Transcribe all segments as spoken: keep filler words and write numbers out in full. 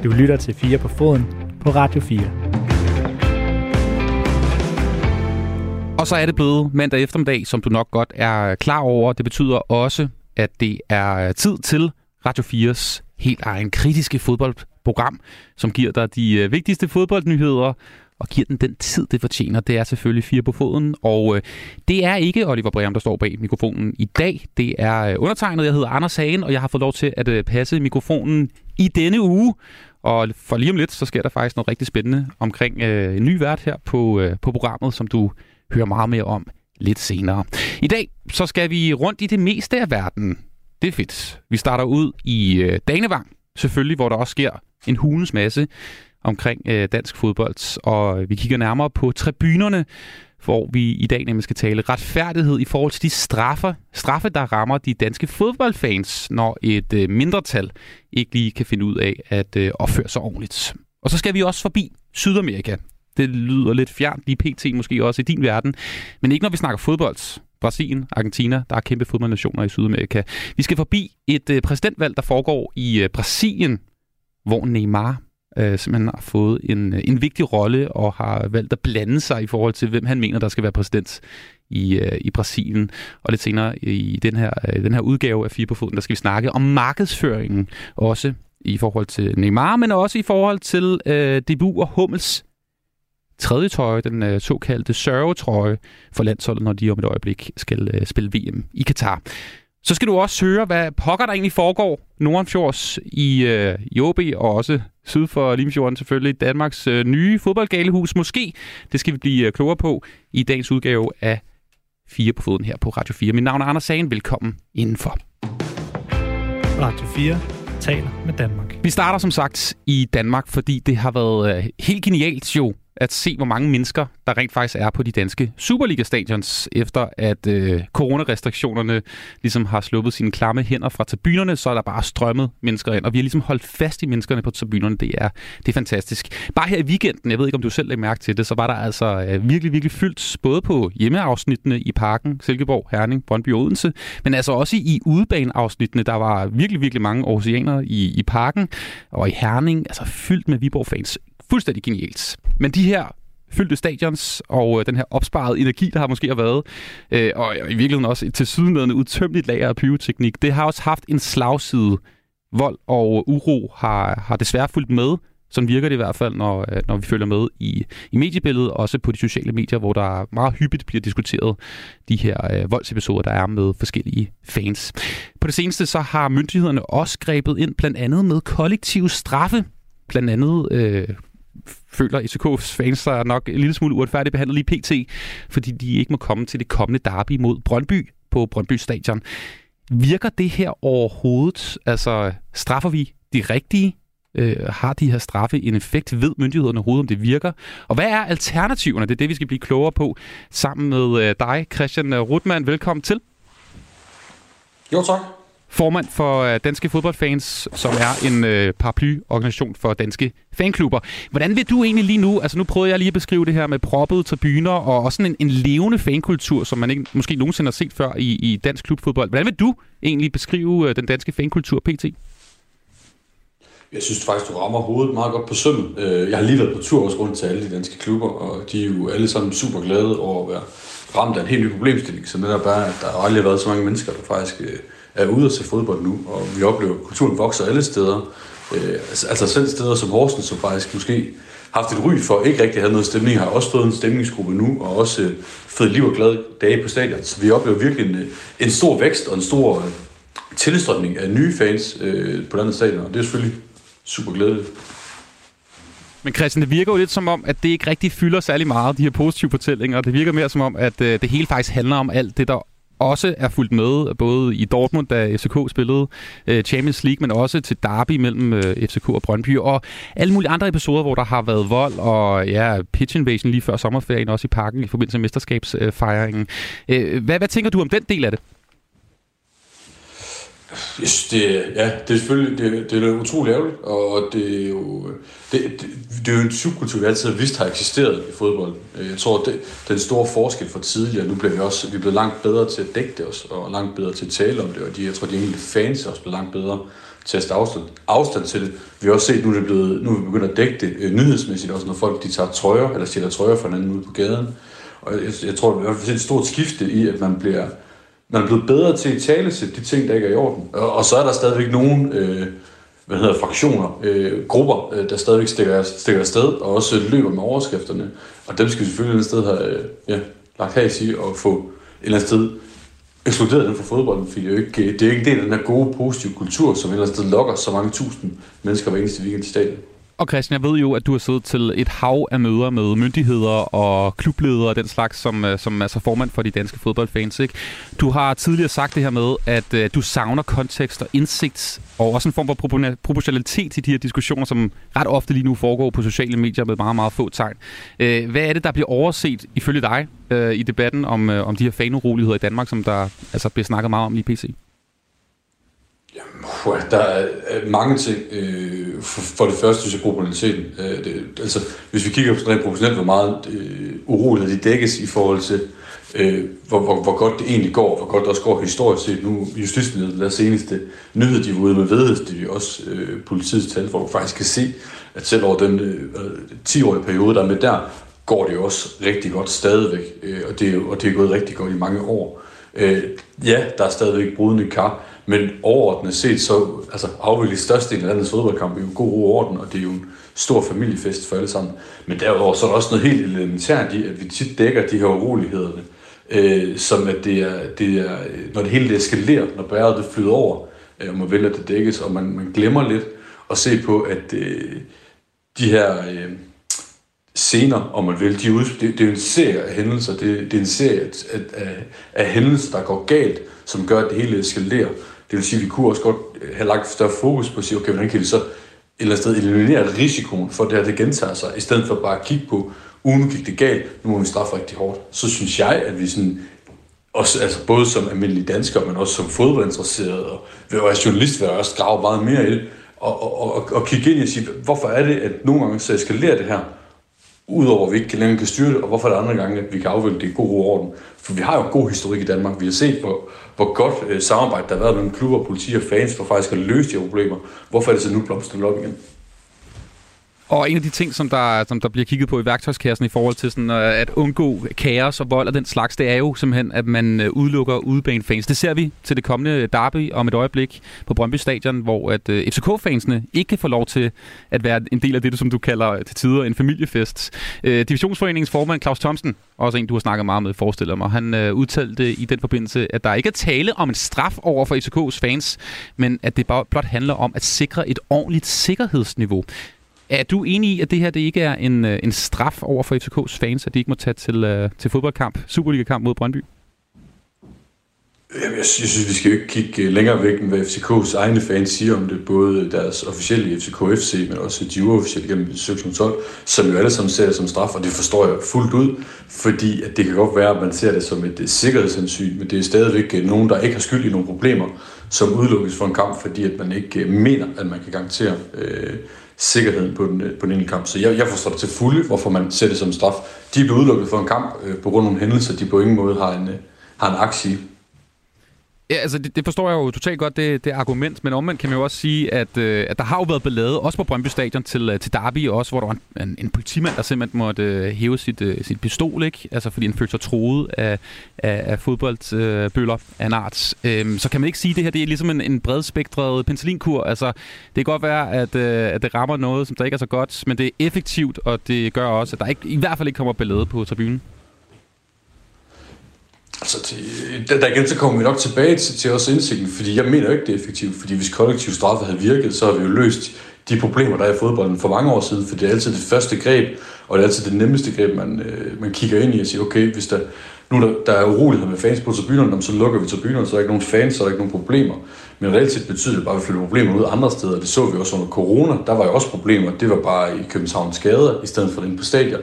Du lytter til fire på foden på Radio fire. Og så er det blevet mandag eftermiddag, som du nok godt er klar over. Det betyder også, at det er tid til Radio fires helt egen kritiske fodboldprogram, som giver dig de vigtigste fodboldnyheder og giver den den tid, det fortjener. Det er selvfølgelig fire på foden, og øh, det er ikke Oliver Breum, der står bag mikrofonen i dag. Det er øh, undertegnet. Jeg hedder Anders Hagen, og jeg har fået lov til at øh, passe mikrofonen i denne uge. Og for lige om lidt, så sker der faktisk noget rigtig spændende omkring øh, en ny vært her på, øh, på programmet, som du hører meget mere om lidt senere. I dag så skal vi rundt i det meste af verden. Det er fedt. Vi starter ud i øh, Danevang, selvfølgelig, hvor der også sker en hulens masse omkring øh, dansk fodbold, og vi kigger nærmere på tribunerne, hvor vi i dag nemlig skal tale retfærdighed i forhold til de straffe, straffe der rammer de danske fodboldfans, når et øh, mindretal ikke lige kan finde ud af at øh, opføre sig ordentligt. Og så skal vi også forbi Sydamerika. Det lyder lidt fjernt, lige pt. Måske også i din verden, men ikke når vi snakker fodbold. Brasilien, Argentina, der er kæmpe fodboldnationer i Sydamerika. Vi skal forbi et øh, præsidentvalg, der foregår i øh, Brasilien, hvor Neymar øh, simpelthen har fået en, en vigtig rolle og har valgt at blande sig i forhold til, hvem han mener, der skal være præsident i, øh, i Brasilien. Og lidt senere i den her, øh, den her udgave af fire på foden, der skal vi snakke om markedsføringen, også i forhold til Neymar, men også i forhold til øh, debut og Hummels tredje trøje, den øh, såkaldte sørgetrøje for landsholdet, når de om et øjeblik skal øh, spille V M i Katar. Så skal du også høre, hvad pokker der egentlig foregår Nordenfjords i, øh, i O B, og også syd for Limfjorden selvfølgelig, Danmarks øh, nye fodboldgalehus måske. Det skal vi blive øh, klogere på i dagens udgave af fire på foden her på Radio fire. Mit navn er Anders Sagen. Velkommen indenfor. Radio fire taler med Danmark. Vi starter som sagt i Danmark, fordi det har været øh, helt genialt jo, at se, hvor mange mennesker, der rent faktisk er på de danske Superliga-stadions, efter at øh, coronarestriktionerne ligesom har sluppet sine klamme hænder fra tribunerne, så er der bare strømmet mennesker ind, og vi har ligesom holdt fast i menneskerne på tribunerne. Det er, det er fantastisk. Bare her i weekenden, jeg ved ikke, om du selv lagde mærke til det, så var der altså øh, virkelig, virkelig fyldt, både på hjemmeafsnittene i Parken, Silkeborg, Herning, Brøndby og Odense, men altså også i udebaneafsnittene. Der var virkelig, virkelig mange aarhusianere i, i Parken, og i Herning, altså fyldt med Viborg-fans. Fuldstændig genialt. Men de her fyldte stadions og øh, den her opsparede energi, der har måske har været, øh, og i virkeligheden også et tilsyneladende udtømmeligt lager af pyroteknik, det har også haft en slagside. Vold og uro har, har desværre fulgt med. Sådan virker det i hvert fald, når, øh, når vi følger med i, i mediebilledet, også på de sociale medier, hvor der meget hyppigt bliver diskuteret de her øh, voldsepisoder, der er med forskellige fans. På det seneste så har myndighederne også grebet ind, blandt andet med kollektive straffe. Blandt andet øh, føler F C K's fans sig nok en lille smule uretfærdigt behandlet lige pt., fordi de ikke må komme til det kommende derby mod Brøndby på Brøndby Stadion. Virker det her overhovedet? Altså, straffer vi de rigtige? Øh, har de her straffe en effekt? Ved myndighederne overhovedet, om det virker? Og hvad er alternativerne? Det er det, vi skal blive klogere på sammen med øh, dig, Christian Rutmann. Velkommen til. Jo, tak. Formand for Danske Fodboldfans, som er en øh, paraplyorganisation for danske fanklubber. Hvordan vil du egentlig lige nu, altså nu prøvede jeg lige at beskrive det her med proppede tribuner og også sådan en, en levende fankultur, som man ikke måske nogensinde har set før i, i dansk klubfodbold. Hvordan vil du egentlig beskrive øh, den danske fankultur pt? Jeg synes faktisk, du rammer hovedet meget godt på sømmet. Jeg har lige været på tur også rundt til alle de danske klubber, og de er jo alle sammen super glade over at være ramt af en helt ny problemstilling. Så det der bare, at der aldrig har været så mange mennesker, der faktisk øh, er ude at se fodbold nu, og vi oplever, at kulturen vokser alle steder. Øh, altså, altså selv steder som Horsens, som faktisk måske haft et ry for ikke rigtig at have noget stemning, har også stået en stemningsgruppe nu, og også øh, fået liv og glade dage på stadion. Så vi oplever virkelig en, en stor vækst og en stor øh, tilstrømning af nye fans øh, på landets stadion, og det er selvfølgelig super glædeligt. Men Christian, det virker jo lidt som om, at det ikke rigtig fylder særlig meget, de her positive fortællinger. Det virker mere som om, at øh, det hele faktisk handler om alt det, der også er fulgt med, både i Dortmund, da F C K spillede øh, Champions League, men også til derby mellem øh, F C K og Brøndby, og alle mulige andre episoder, hvor der har været vold, og ja, pitch invasion lige før sommerferien, også i Parken i forbindelse med mesterskabsfejringen. Øh, hvad, hvad tænker du om den del af det? Jeg synes, det, ja, det er selvfølgelig det, det er utroligt ærgerligt, og det er jo, det, det, det er jo en subkultur, vi altid har vidst har eksisteret i fodbold. Jeg tror, det, den store forskel fra tidligere, nu bliver vi også vi er blevet langt bedre til at dække det også, og langt bedre til at tale om det, og de, jeg tror, de enkelte fans er også blevet langt bedre til at afstand, afstand til det. Vi har også set, nu er, det blevet, nu er vi begyndt at dække det øh, nyhedsmæssigt, også når folk de tager trøjer, eller stiller trøjer fra hinanden ude på gaden. Og jeg, jeg tror, det er i et stort skifte i, at man bliver Man er blevet bedre til at tale til de ting, der ikke er i orden. Og, og så er der stadigvæk nogle øh, hvad hedder, fraktioner, øh, grupper, øh, der stadigvæk stikker, stikker afsted og også løber med overskrifterne. Og dem skal vi selvfølgelig et eller andet sted have øh, ja, lagt her i sig og få et eller andet sted ekskluderet dem fra fodbolden. For det er jo ikke, det er ikke en del af den her gode, positive kultur, som et eller andet sted lokker så mange tusind mennesker hver eneste weekend i stadion. Og Christian, jeg ved jo, at du har siddet til et hav af møder med myndigheder og klubledere og den slags, som, som altså formand for de danske fodboldfans, ikke? Du har tidligere sagt det her med, at uh, du savner kontekst og indsigt, og også en form for proportionalitet i de her diskussioner, som ret ofte lige nu foregår på sociale medier med meget, meget få tegn. Uh, hvad er det, der bliver overset ifølge dig uh, i debatten om, uh, om de her fanuroligheder i Danmark, som der altså bliver snakket meget om i P C? Jamen, der er mange ting. For det første, synes jeg, proportionaliteten. Altså, hvis vi kigger på rent proportionelt, hvor meget urolighed de dækkes i forhold til, hvor, hvor, hvor godt det egentlig går, hvor godt det også går historisk set. Nu Justitsministeriet, der seneste nyhed, de var ude med vedhæstet, også politiets tal, hvor du faktisk kan se, at selv over den ti-årige periode, der er med der, går det jo også rigtig godt stadigvæk. Og det er, og det er gået rigtig godt i mange år. Ja, der er stadigvæk brudende kar, men overordnet set, så altså, afvikles størstedelen af landets fodboldkamp i en god ro orden, og det er jo en stor familiefest for alle sammen. Men derudover så er der også noget helt elementært i, at vi tit dækker de her urolighederne, øh, som at det er, det er, når det hele det eskalerer, når bæret det flyder over, øh, og man vælger, at det dækkes, og man, man glemmer lidt at se på, at øh, de her øh, scener, om man vil, de ud, det, det er jo en serie af hændelser, det, det er en serie af, af, af hændelser, der går galt, som gør, at det hele eskalerer. Det vil sige, at vi kunne også godt have lagt større fokus på at sige, okay, hvordan kan vi så et eller andet sted eliminere risikoen for, at det her det gentager sig, i stedet for bare at kigge på, ugen gik det galt, nu må vi straffe rigtig hårdt. Så synes jeg, at vi sådan, også, altså både som almindelige danskere, men også som fodboldinteresserede, og ved at være journalist, vil jeg også grave meget mere i det, og, og, og, og kigge ind i og sige, hvorfor er det, at nogle gange så eskalerer det her, udover at vi ikke længere kan styre det, og hvorfor er det andre gange, at vi kan afvikle det i god ro orden. For vi har jo en god historik i Danmark. Vi har set, hvor, hvor godt øh, samarbejde der har været mellem klubber, politi og fans, for faktisk at løse de her problemer. Hvorfor er det så nu blomstret op igen? Og en af de ting, som der, som der bliver kigget på i værktøjskassen i forhold til sådan, at undgå kaos og vold og den slags, det er jo simpelthen, at man udelukker udebanefans. Det ser vi til det kommende derby om et øjeblik på Brøndby Stadion, hvor at F C K-fansene ikke kan få lov til at være en del af det, som du kalder til tider en familiefest. Divisionsforeningens formand Claus Thomsen, også en, du har snakket meget med, forestiller mig, han udtalte i den forbindelse, at der ikke er tale om en straf over for F C K's fans, men at det bare blot handler om at sikre et ordentligt sikkerhedsniveau. Er du enig i, at det her det ikke er en, en straf over for F C K's fans, at de ikke må tage til, til fodboldkamp, Superliga-kamp mod Brøndby? Jeg, jeg synes, vi skal jo ikke kigge længere væk, end hvad F C K's egne fans siger om det. Både deres officielle F C K F C, men også de uofficielle gennem sektion tolv, som jo alle sammen ser det som straf, og det forstår jeg fuldt ud, fordi at det kan godt være, at man ser det som et sikkerhedshensyn, men det er stadigvæk nogen, der ikke har skyld i nogle problemer, som udelukkes for en kamp, fordi at man ikke mener, at man kan garantere øh, sikkerheden på den, på den enkelte kamp. Så jeg, jeg forstår det til fulde, hvorfor man ser det som straf. De er blevet udelukket for en kamp øh, på grund af nogle hændelser, de på ingen måde har en, øh, har en aktie i. Ja, altså det, det forstår jeg jo totalt godt, det, det argument, men omvendt kan man jo også sige, at, øh, at der har jo været ballade, også på Brøndby Stadion til, til derby, også hvor der var en, en, en politimand, der simpelthen måtte øh, hæve sit, øh, sit pistol, ikke? Altså fordi han følte sig truet af, af, af fodboldbøller øh, af en art. Øhm, så kan man ikke sige, at det her det er ligesom en, en bredspektret penicillinkur. Altså det kan godt være, at, øh, at det rammer noget, som der ikke er så godt, men det er effektivt, og det gør også, at der ikke, i hvert fald ikke kommer ballade på tribunen. Altså, der, der igen, så kommer vi nok tilbage til, til også indsigten, fordi jeg mener ikke, det er effektivt, fordi hvis kollektiv straffe havde virket, så har vi jo løst de problemer, der er i fodbolden for mange år siden, for det er altid det første greb, og det er altid det nemmeste greb, man, øh, man kigger ind i og siger, okay, hvis der, nu der, der er urolighed med fans på tribunerne, så lukker vi tribunerne, så er der ikke nogen fans, så er der ikke nogen problemer. Men reelt set betyder det bare, at vi flytter problemer ud andre steder, det så vi også under corona, der var jo også problemer, det var bare i Københavns gader, i stedet for inde på stadion.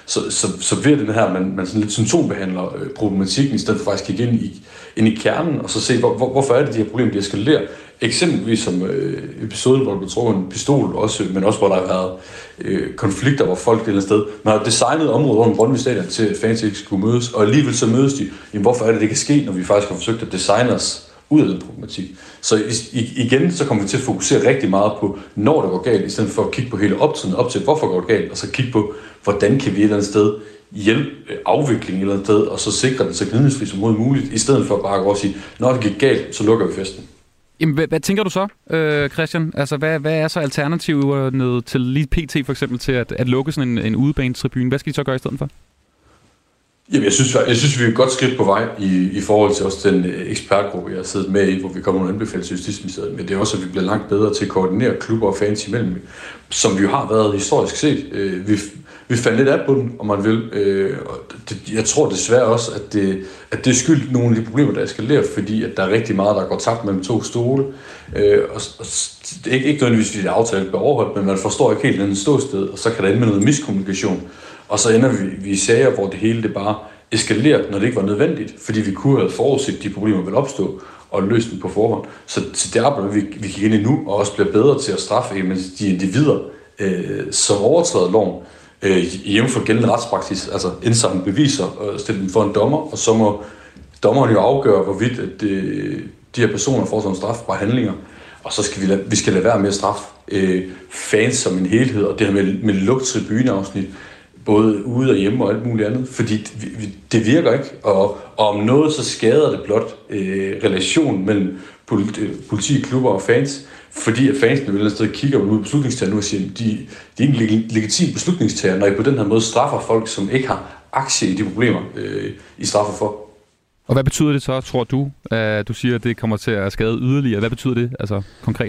Så, så, så bliver det her, man, man sådan lidt symptombehandler øh, problematikken, i stedet for faktisk at kigge ind i, ind i kernen, og så se, hvor, hvor, hvorfor er det, de her problemer, de eskalerer. Eksempelvis som øh, episoden, hvor der blev trukket en pistol, også, men også hvor der har været øh, konflikter, hvor folk et eller andet sted. Man har designet området rundt om Brøndby Stadion til, at fans ikke skulle mødes, og alligevel så mødes de. Jamen, hvorfor er det, det kan ske, når vi faktisk har forsøgt at designe os ud af den problematik? Så igen, så kommer vi til at fokusere rigtig meget på, når det går galt, i stedet for at kigge på hele optiden op til, hvorfor går det galt, og så kigge på, hvordan kan vi et eller andet sted hjælpe afvikling et eller andet sted, og så sikre den så gnidningsfri som muligt, i stedet for bare at gå og sige, når det gik galt, så lukker vi festen. Jamen, hvad, hvad tænker du så, øh, Christian? Altså, hvad, hvad er så alternativet til lige P T for eksempel til at, at lukke sådan en, en udebanetribune? Hvad skal de så gøre i stedet for? Jamen, jeg synes, jeg synes vi er et godt skridt på vej i, i forhold til også den ekspertgruppe, jeg har siddet med i, hvor vi kommer nogle anbefalinger til Justitsministeriet. Men det er også, at vi bliver langt bedre til at koordinere klubber og fans imellem, som vi jo har været historisk set. Vi, vi fandt lidt af på den, om man vil. Og det, jeg tror desværre også, at det, at det er skyld nogle af de problemer, der eskalerer, fordi at der er rigtig meget, der går tabt mellem to stole. Og, og det er ikke, ikke nødvendigvis, fordi det er aftalt bliver overholdt, men man forstår ikke helt den ståsted, og så kan der ende med noget miskommunikation. Og så ender vi, vi i sager, hvor det hele det bare eskalerer, når det ikke var nødvendigt, fordi vi kunne have forudset, de problemer vil opstå, og løse dem på forhånd. Så, så det arbejder vi, vi kigger ind i nu, og også bliver bedre til at straffe de individer, øh, som overtræder loven, øh, hjemme for gældende retspraksis, altså indsamle beviser og stille dem for en dommer, og så må dommeren jo afgøre, hvorvidt at, øh, de her personer får sådan en strafbare handlinger, og så skal vi, lade, vi skal lade være med at straffe øh, fans som en helhed, og det her med, med lugt tribuneafsnit, både ude og hjemme og alt muligt andet, fordi det, det virker ikke, og, og om noget, så skader det blot øh, relationen mellem politi, klubber og fans, fordi at fansene vil et sted kigger ud på beslutningstagerne og siger, at de, de er ikke en legitim beslutningstager, når I på den her måde straffer folk, som ikke har aktie i de problemer, øh, I straffer for. Og hvad betyder det så, tror du? Uh, du siger, at det kommer til at skade yderligere. Hvad betyder det altså konkret?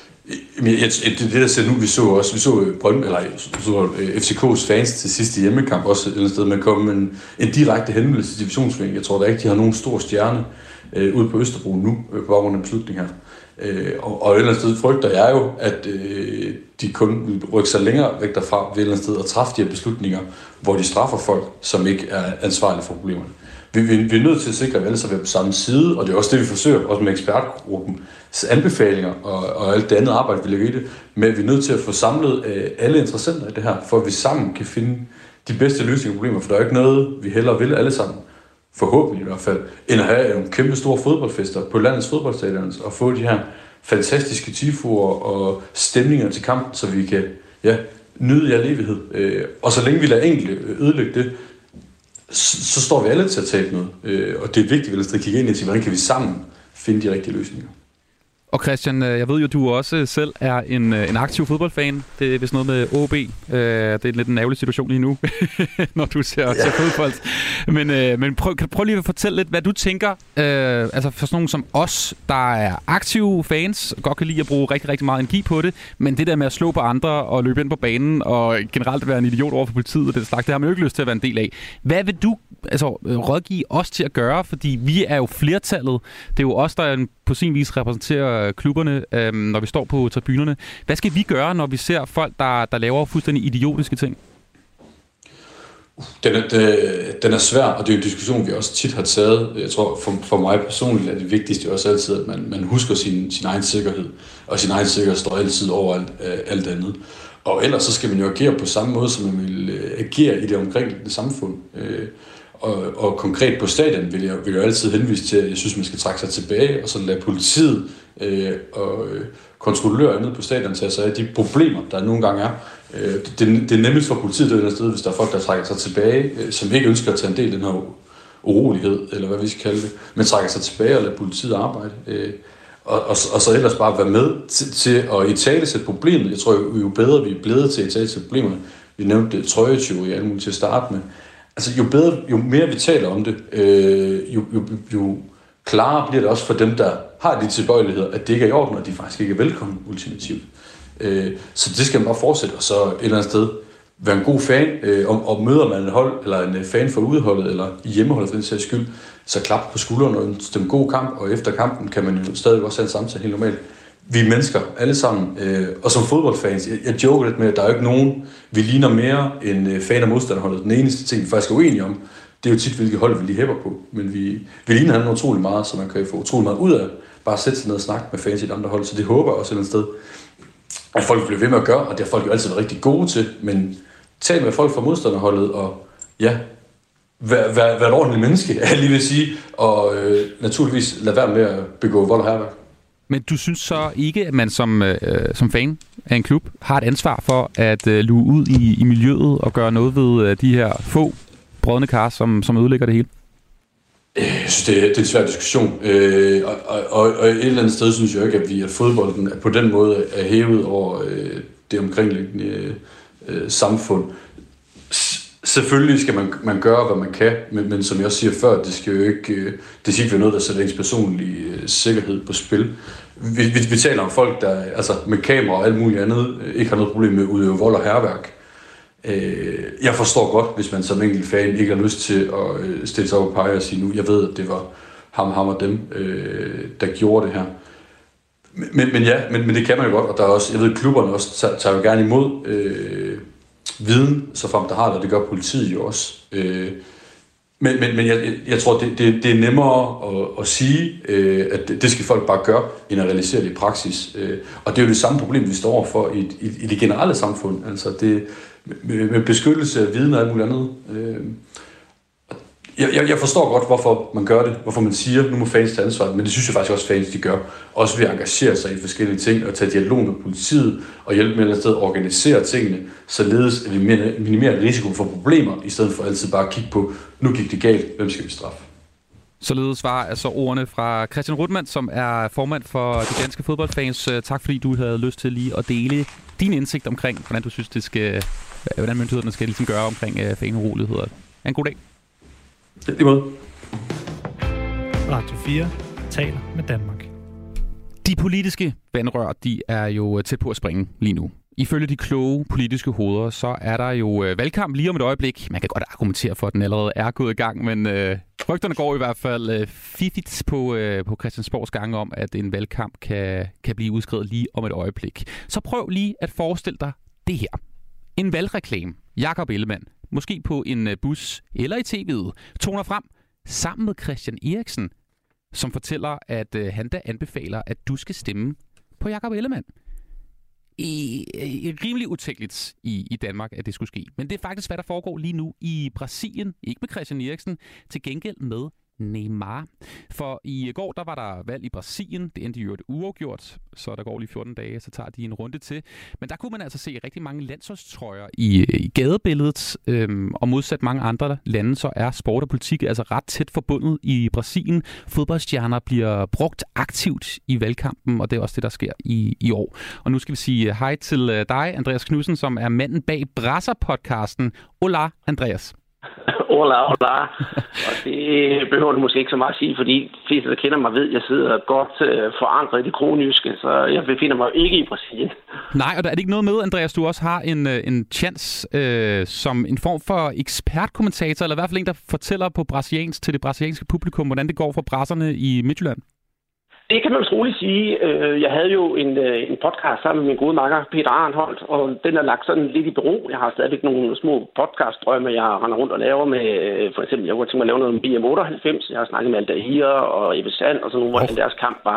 Det, det der ser nu, vi så også, vi så Brøndby, eller så F C K's fans til sidste hjemmekamp også et eller andet sted med at komme med en, en direkte henvendelse til divisionsforeningen. Jeg tror da ikke, de har nogen stor stjerne øh, ude på Østerbro nu, øh, på baggrund af beslutning her. Øh, og, og et eller andet sted frygter jeg jo, at øh, de kun vil rykke sig længere væk derfra ved et eller andet sted og træffe de her beslutninger, hvor de straffer folk, som ikke er ansvarlige for problemerne. Vi, vi, vi er nødt til at sikre, at vi alle sammen er på samme side, og det er også det, vi forsøger, også med ekspertgruppens anbefalinger og, og alt det andet arbejde, vi lægger i det, men vi er nødt til at få samlet øh, alle interessenter i det her, for at vi sammen kan finde de bedste løsninger på problemer, for der er ikke noget, vi hellere vil alle sammen, forhåbentlig i hvert fald, end at have nogle kæmpe store fodboldfester på landets fodboldstadion, og få de her fantastiske tifoer og stemninger til kampen, så vi kan ja, nyde i al evighed. Øh, og så længe vi lader enkelte ødelægge det, så, så står vi alle til at tabe noget. Øh, og det er vigtigt, at vi kigge ind i, hvordan kan vi sammen finde de rigtige løsninger. Og Christian, jeg ved jo, du også selv er en, en aktiv fodboldfan. Det er vist noget med O B. Det er lidt en ærgerlig situation lige nu, når du ser, ja. ser fodbold. Men, men prøv, kan du prøve lige at fortælle lidt, hvad du tænker, øh, altså for sådan nogen som os, der er aktive fans, godt kan lide at bruge rigtig, rigtig meget energi på det, men det der med at slå på andre og løbe ind på banen og generelt være en idiot over for politiet og det slags, det har man jo ikke lyst til at være en del af. Hvad vil du altså, rådgive os til at gøre? Fordi vi er jo flertallet. Det er jo os, der på sin vis repræsenterer klubberne, øhm, når vi står på tribunerne. Hvad skal vi gøre, når vi ser folk, der, der laver fuldstændig idiotiske ting? Den er, den er svær, og det er en diskussion, vi også tit har taget. Jeg tror, for, for mig personligt er det vigtigste også altid, at man, man husker sin, sin egen sikkerhed, og sin egen sikkerhed står altid over alt, alt andet. Og ellers så skal man jo agere på samme måde, som man vil agere i det omkringliggende samfund. Og, og konkret på stadion vil jeg, vil jeg altid henvise til, at jeg synes, man skal trække sig tilbage, og så lade politiet øh, og øh, kontrollører nede på stadion tage sig af de problemer, der nogle gange er. Øh, det, det er nemmest for politiet det er sted, hvis der er folk, der trækker sig tilbage, øh, som ikke ønsker at tage en del af den her urolighed, eller hvad vi skal kalde det, men trækker sig tilbage og lader politiet arbejde. Øh, og, og, og så ellers bare være med til, til at italesætte problemet. Jeg tror jo, jo bedre vi er blevet til at italesætte problemerne. Vi nævnte trøjetyveri alt muligt til at starte med. Altså jo bedre, jo mere vi taler om det, øh, jo, jo, jo klarere bliver det også for dem, der har de tilbøjeligheder, at det ikke er i orden, og de faktisk ikke er velkommen ultimativt. Øh, så det skal man bare fortsætte, og så et eller andet sted være en god fan, øh, og, og møder man et hold, eller en fan for udholdet, eller hjemmeholdet for den sags skyld, så klap på skulderen og stemme god kamp, og efter kampen kan man jo stadig også have en samtale helt normalt. vi er mennesker, alle sammen. Øh, og som fodboldfans, jeg, jeg joker lidt med, at der er jo ikke nogen, vi ligner mere end øh, fan af modstanderholdet. Den eneste ting, vi faktisk er uenige om, det er jo tit, hvilke hold vi lige hæpper på. Men vi, vi ligner hinanden utrolig meget, så man kan få utrolig meget ud af bare at sætte sig ned og snakke med fans i et andre hold. Så det håber jeg også et eller andet sted, at folk bliver ved med at gøre, og det har folk jo altid været rigtig gode til. Men tal med folk fra modstanderholdet, og ja, vær, vær, vær et ordentligt menneske, jeg lige vil sige, og øh, naturligvis lad være med at begå vold og hærværk. Men du synes så ikke, at man som, øh, som fan af en klub har et ansvar for at øh, luge ud i, i miljøet og gøre noget ved øh, de her få brodne kar, som, som ødelægger det hele? Jeg synes, det er, det er en svær diskussion. Øh, og, og, og et eller andet sted synes jeg ikke, at, vi, at fodbolden på den måde er hævet over øh, det omkringliggende øh, samfund. S- selvfølgelig skal man, man gøre, hvad man kan, men, men som jeg også siger før, det skal jo ikke, øh, det skal ikke være noget, der sætter ens personlige øh, sikkerhed på spil. Vi, vi, vi taler om folk, der altså, med kamera og alt muligt andet øh, ikke har noget problem med at udøve vold og hærværk. Jeg forstår godt, hvis man som enkelt fan ikke har lyst til at stille sig op og pege og sige nu, jeg ved, at det var ham, ham og dem, der gjorde det her. Men, men ja, men, men det kan man jo godt, og der er også, jeg ved, klubberne også tager, tager jo gerne imod øh, viden, så frem der har det, og det gør politiet jo også. Øh, men men, men jeg, jeg tror, det, det, det er nemmere at, at sige, øh, at det skal folk bare gøre, end at realisere det i praksis. Øh, og det er jo det samme problem, vi står overfor i, i, i det generelle samfund. Altså det Med, med beskyttelse af viden og alt muligt andet. Jeg, jeg, jeg forstår godt, hvorfor man gør det, hvorfor man siger, nu må fans tage ansvar, men det synes jeg faktisk også, fans de gør. Også ved at engagere sig i forskellige ting, og tage dialog med politiet, og hjælpe med et eller andet sted at organisere tingene, således at vi minimerer risiko for problemer, i stedet for altid bare at kigge på, nu gik det galt, hvem skal vi straffe? Således var altså ordene fra Christian Ruttmann, som er formand for de danske fodboldfans. Tak fordi du havde lyst til lige at dele din indsigt omkring, hvordan du synes, det skal, hvordan myndighederne skal ligesom gøre omkring fanuroligheder. Ha' en god dag. Det er måde. Radio fire taler med Danmark. De politiske vandrør, de er jo tæt på at springe lige nu. Ifølge de kloge politiske hoveder, så er der jo valgkamp lige om et øjeblik. Man kan godt argumentere for, at den allerede er gået i gang, men øh, rygterne går i hvert fald øh, fiffigt på, øh, på Christiansborgs gange om, at en valgkamp kan, kan blive udskrevet lige om et øjeblik. Så prøv lige at forestille dig det her. En valgreklame. Jakob Ellemann, måske på en bus eller i tv'et, toner frem sammen med Christian Eriksen, som fortæller, at øh, han da anbefaler, at du skal stemme på Jakob Ellemann. I, i, rimelig utænkeligt i, i Danmark, at det skulle ske. Men det er faktisk, hvad der foregår lige nu i Brasilien. Ikke med Christian Eriksen, til gengæld med Neymar. For i går, der var der valg i Brasilien. Det endte jo et uafgjort, så der går lige fjorten dage, så tager de en runde til. Men der kunne man altså se rigtig mange landsholdstrøjer i, i gadebilledet. Øhm, og modsat mange andre lande, så er sport og politik altså ret tæt forbundet i Brasilien. Fodboldstjerner bliver brugt aktivt i valgkampen, og det er også det, der sker i, i år. Og nu skal vi sige hej til dig, Andreas Knudsen, som er manden bag Brasser-podcasten. Hola, Andreas. Hola, hola. Og det behøver du måske ikke så meget at sige, fordi de fleste, der kender mig, ved, at jeg sidder godt øh, forankret i det kroniske, så jeg befinder mig ikke i Brasilien. Nej, og der er det ikke noget med, Andreas, du også har en, en chance øh, som en form for ekspertkommentator, eller i hvert fald en, der fortæller på brasiliansk til det brasilianske publikum, hvordan det går for brasserne i Midtjylland. Det kan man roligt sige. Jeg havde jo en, en podcast sammen med min gode makker, Peter Arnholdt, og den er lagt sådan lidt i bero. Jeg har stadigvæk nogle små podcastdrømme, jeg render rundt og laver med, for eksempel, jeg kunne tænke mig at lave noget med B M otteoghalvfems. Jeg har snakket med Aldair og Ebbe Sand og sådan nogle, hvordan deres kamp var.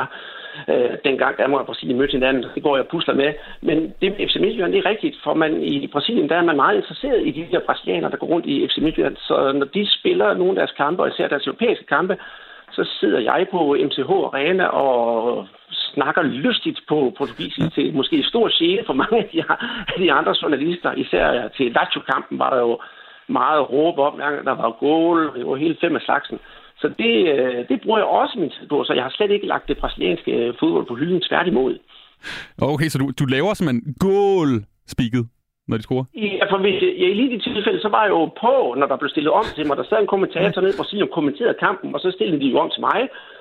Dengang Danmark og Brasilien mødte hinanden, det går jeg og pusler med. Men det med F C Midtjylland, det er rigtigt, for man i Brasilien, der er man meget interesseret i de her brasilianere, der går rundt i F C Midtjylland. Så når de spiller nogle af deres kampe, og især deres europæiske kampe, så sidder jeg på M C H Arena og snakker lystigt på portugisisk til måske stor gene for mange af de, af de andre journalister. Især til Lazio-kampen var der jo meget råb om, der var goal, det var hele fem af slagsen. Så det, det bruger jeg også min tid på, så jeg har slet ikke lagt det brasilianske fodbold på hylden, tværtimod. Okay, så du, du laver simpelthen goal-speaket, når de scorer? Ja, for hvis jeg, i lige de tilfælde, så var jeg jo på, når der blev stillet om til mig. Der sad en kommentator nede i Brasilien og kommenterede kampen, og så stillede de jo om til mig,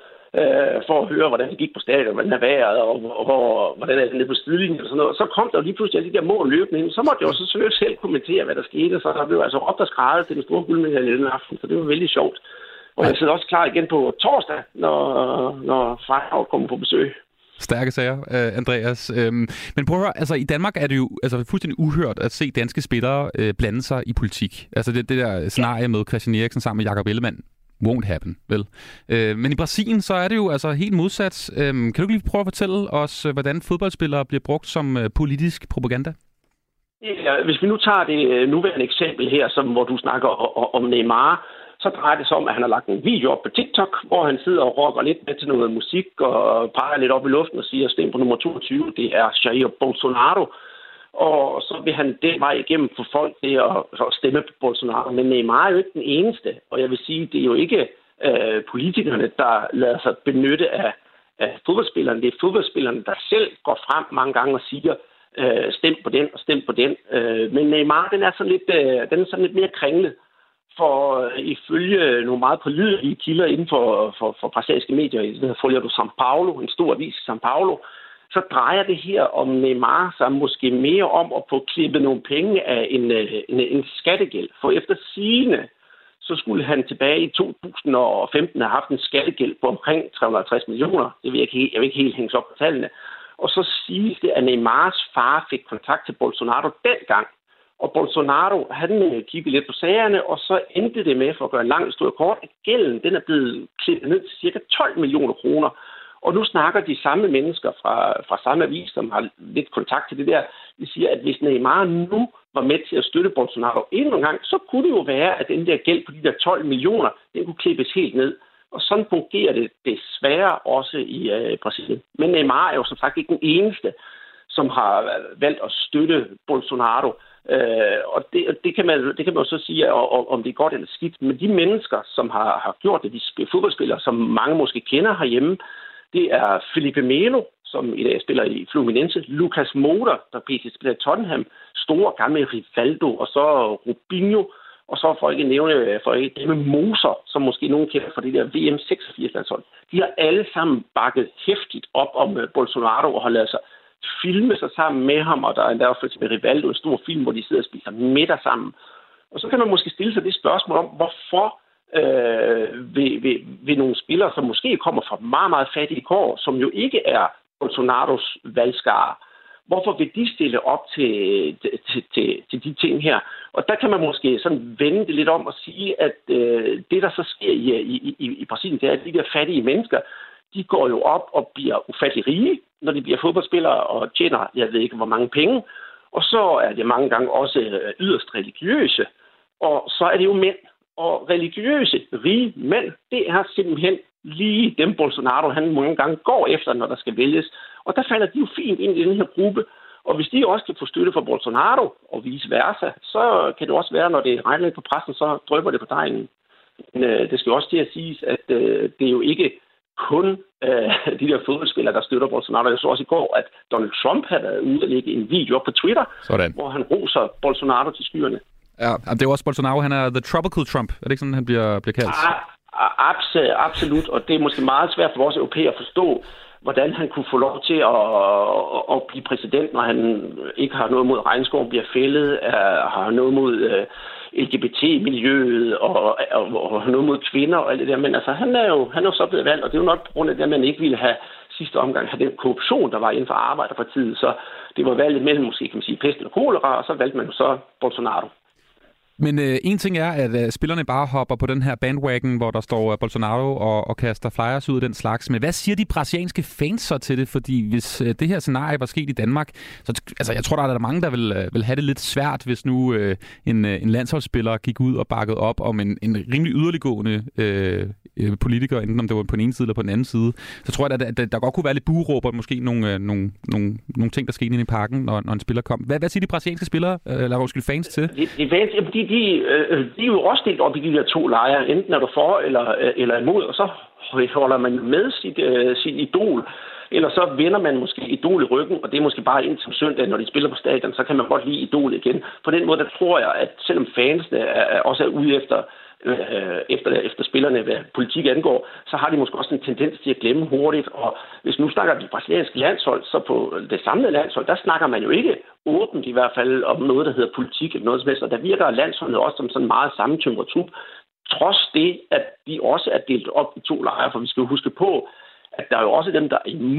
øh, for at høre, hvordan det gik på stadion, hvordan det er været, og, og, og hvordan er det nede på sidelinjen og sådan noget. Og så kom der jo lige pludselig alle de der mål løbende ind. Så måtte jeg jo så selvfølgelig selv kommentere, hvad der skete, så der blev altså råbt og skrædet til den store guldmedalje den aften, så det var vældig sjovt. Og jeg sidder også klar igen på torsdag, når, når Fejhav kommer på besøg. Stærke sager, uh, Andreas. Øhm, men prøv at høre, altså i Danmark er det jo altså, fuldstændig uhørt at se danske spillere uh, blande sig i politik. Altså det, det der scenarie med Christian Eriksen sammen med Jakob Ellemann won't happen, vel? Uh, men i Brasilien, så er det jo altså helt modsat. Uh, kan du ikke lige prøve at fortælle os, uh, hvordan fodboldspillere bliver brugt som uh, politisk propaganda? Ja, hvis vi nu tager det nuværende eksempel her, som, hvor du snakker om Neymar, så drejer det sig om, at han har lagt en video op på TikTok, hvor han sidder og rocker lidt med til noget musik og peger lidt op i luften og siger, stem på nummer toogtyve, det er Jair Bolsonaro. Og så vil han den vej igennem for folk det at stemme på Bolsonaro. Men Neymar er jo ikke den eneste, og jeg vil sige, det er jo ikke øh, politikerne, der lader sig benytte af, af fodboldspillerne. Det er fodboldspillerne, der selv går frem mange gange og siger, øh, stem på den og stem på den. Øh, men Neymar, den er sådan lidt, øh, den er sådan lidt mere kringlet. For uh, ifølge nogle meget pålidelige kilder inden for, for, for brasilianske medier, det hedder Folha do São Paulo, en stor avis i São Paulo, så drejer det her om Neymar sig måske mere om at få klippet nogle penge af en, en, en skattegæld. For efter sigende, så skulle han tilbage i to tusind og femten have haft en skattegæld på omkring tre hundrede og halvtreds millioner. Det vil jeg ikke, jeg vil ikke helt hænge op på tallene. Og så siges det, at Neymars far fik kontakt til Bolsonaro dengang. Og Bolsonaro, han kiggede lidt på sagerne, og så endte det med, for at gøre en lang historie kort, at gælden den er blevet klippet ned til cirka tolv millioner kroner. Og nu snakker de samme mennesker fra, fra samme avis, som har lidt kontakt til det der. De siger, at hvis Neymar nu var med til at støtte Bolsonaro endnu en gang, så kunne det jo være, at den der gæld på de der tolv millioner, den kunne klippes helt ned. Og sådan fungerer det desværre også i øh, Brasilien. Men Neymar er jo som sagt ikke den eneste, som har valgt at støtte Bolsonaro. Øh, og det, det, kan man, det kan man jo så sige, om det er godt eller skidt. Men de mennesker, som har, har gjort det, de fodboldspillere, som mange måske kender herhjemme, det er Felipe Melo, som i dag spiller i Fluminense, Lucas Moura, der p t spiller i Tottenham, store gamle Rivaldo, og så Rubinho, og så for ikke nævne for ikke det med Moser, som måske nogen kender fra det der V M seksogfirs-landshold. De har alle sammen bakket hæftigt op om Bolsonaro og har ladet sig filme sig sammen med ham, og der er endda for eksempel Rivaldo, en stor film, hvor de sidder og spiser middag sammen. Og så kan man måske stille sig det spørgsmål om, hvorfor øh, vil, vil, vil nogle spillere, som måske kommer fra meget, meget fattige kår, som jo ikke er Bolsonaros valgskare, hvorfor vil de stille op til, til, til, til de ting her? Og der kan man måske sådan vende det lidt om og sige, at øh, det, der så sker i, i, i, i Brasilien, det er, at de der fattige mennesker, de går jo op og bliver ufattelig rige, når de bliver fodboldspillere og tjener, jeg ved ikke hvor mange penge. Og så er det mange gange også yderst religiøse. Og så er det jo mænd. Og religiøse, rige mænd, det er simpelthen lige dem Bolsonaro, han mange gange går efter, når der skal vælges. Og der falder de jo fint ind i den her gruppe. Og hvis de også kan få støtte fra Bolsonaro og vice versa, så kan det også være, når det regner på pressen, så drypper det på dejen. Men øh, det skal også til at siges, at øh, det er jo ikke kun øh, de der fodboldspillere, der støtter Bolsonaro. Jeg så også i går, at Donald Trump havde været ude og lægge en video op på Twitter, Sådan. hvor han roser Bolsonaro til skyerne. Ja, det er jo også Bolsonaro, han er the tropical Trump. Er det ikke sådan, han bliver, bliver kaldt? Ja, absolut, og det er måske meget svært for vores europæere at forstå, hvordan han kunne få lov til at, at, at blive præsident, når han ikke har noget mod regnskoven, bliver fældet, har noget mod uh, L G B T-miljøet og, og, og noget mod kvinder og alt det der. Men altså, han er jo, han er jo så blevet valgt, og det er jo nok på grund af det, at man ikke ville have sidste omgang have den korruption, der var inden for Arbejderpartiet. Så det var valget mellem måske, kan man sige, pest eller kolera, og så valgte man jo så Bolsonaro. Men øh, en ting er, at øh, spillerne bare hopper på den her bandwagon, hvor der står øh, Bolsonaro og, og kaster flyers ud af den slags. Men hvad siger de brasilianske fans så til det? Fordi hvis øh, det her scenarie var sket i Danmark, så altså, jeg tror, der er der mange, der vil, øh, vil have det lidt svært, hvis nu øh, en, øh, en landsholdsspiller gik ud og bakkede op om en, en rimelig yderliggående øh, øh, politiker, enten om det var på den ene side eller på den anden side. Så tror jeg, at der, der godt kunne være lidt bueråb og måske nogle, øh, nogle, nogle, nogle ting, der skete inde i parken, når, når en spiller kom. Hvad, hvad siger de brasilianske spillere, øh, eller måske fans til? De, de, de, de, øh, de er jo også delt op i de der to lejre. Enten er du for eller, øh, eller imod, og så holder man med sit, øh, sit idol. Eller så vender man måske idol i ryggen, og det er måske bare indtil søndag, når de spiller på stadion, så kan man godt lide idol igen. På den måde, der tror jeg, at selvom fansene er, også er ude efter, øh, efter, efter spillerne, hvad politik angår, så har de måske også en tendens til at glemme hurtigt. Og hvis nu snakker de brasilianske landshold, så på det samlede landshold, der snakker man jo ikke åbent i hvert fald om noget, der hedder politik eller noget som helst. Og der virker landsholdet også som sådan meget sammentømret trup. Trods det, at de også er delt op i to lejre, for vi skal jo huske på, at der er jo også dem, der er imod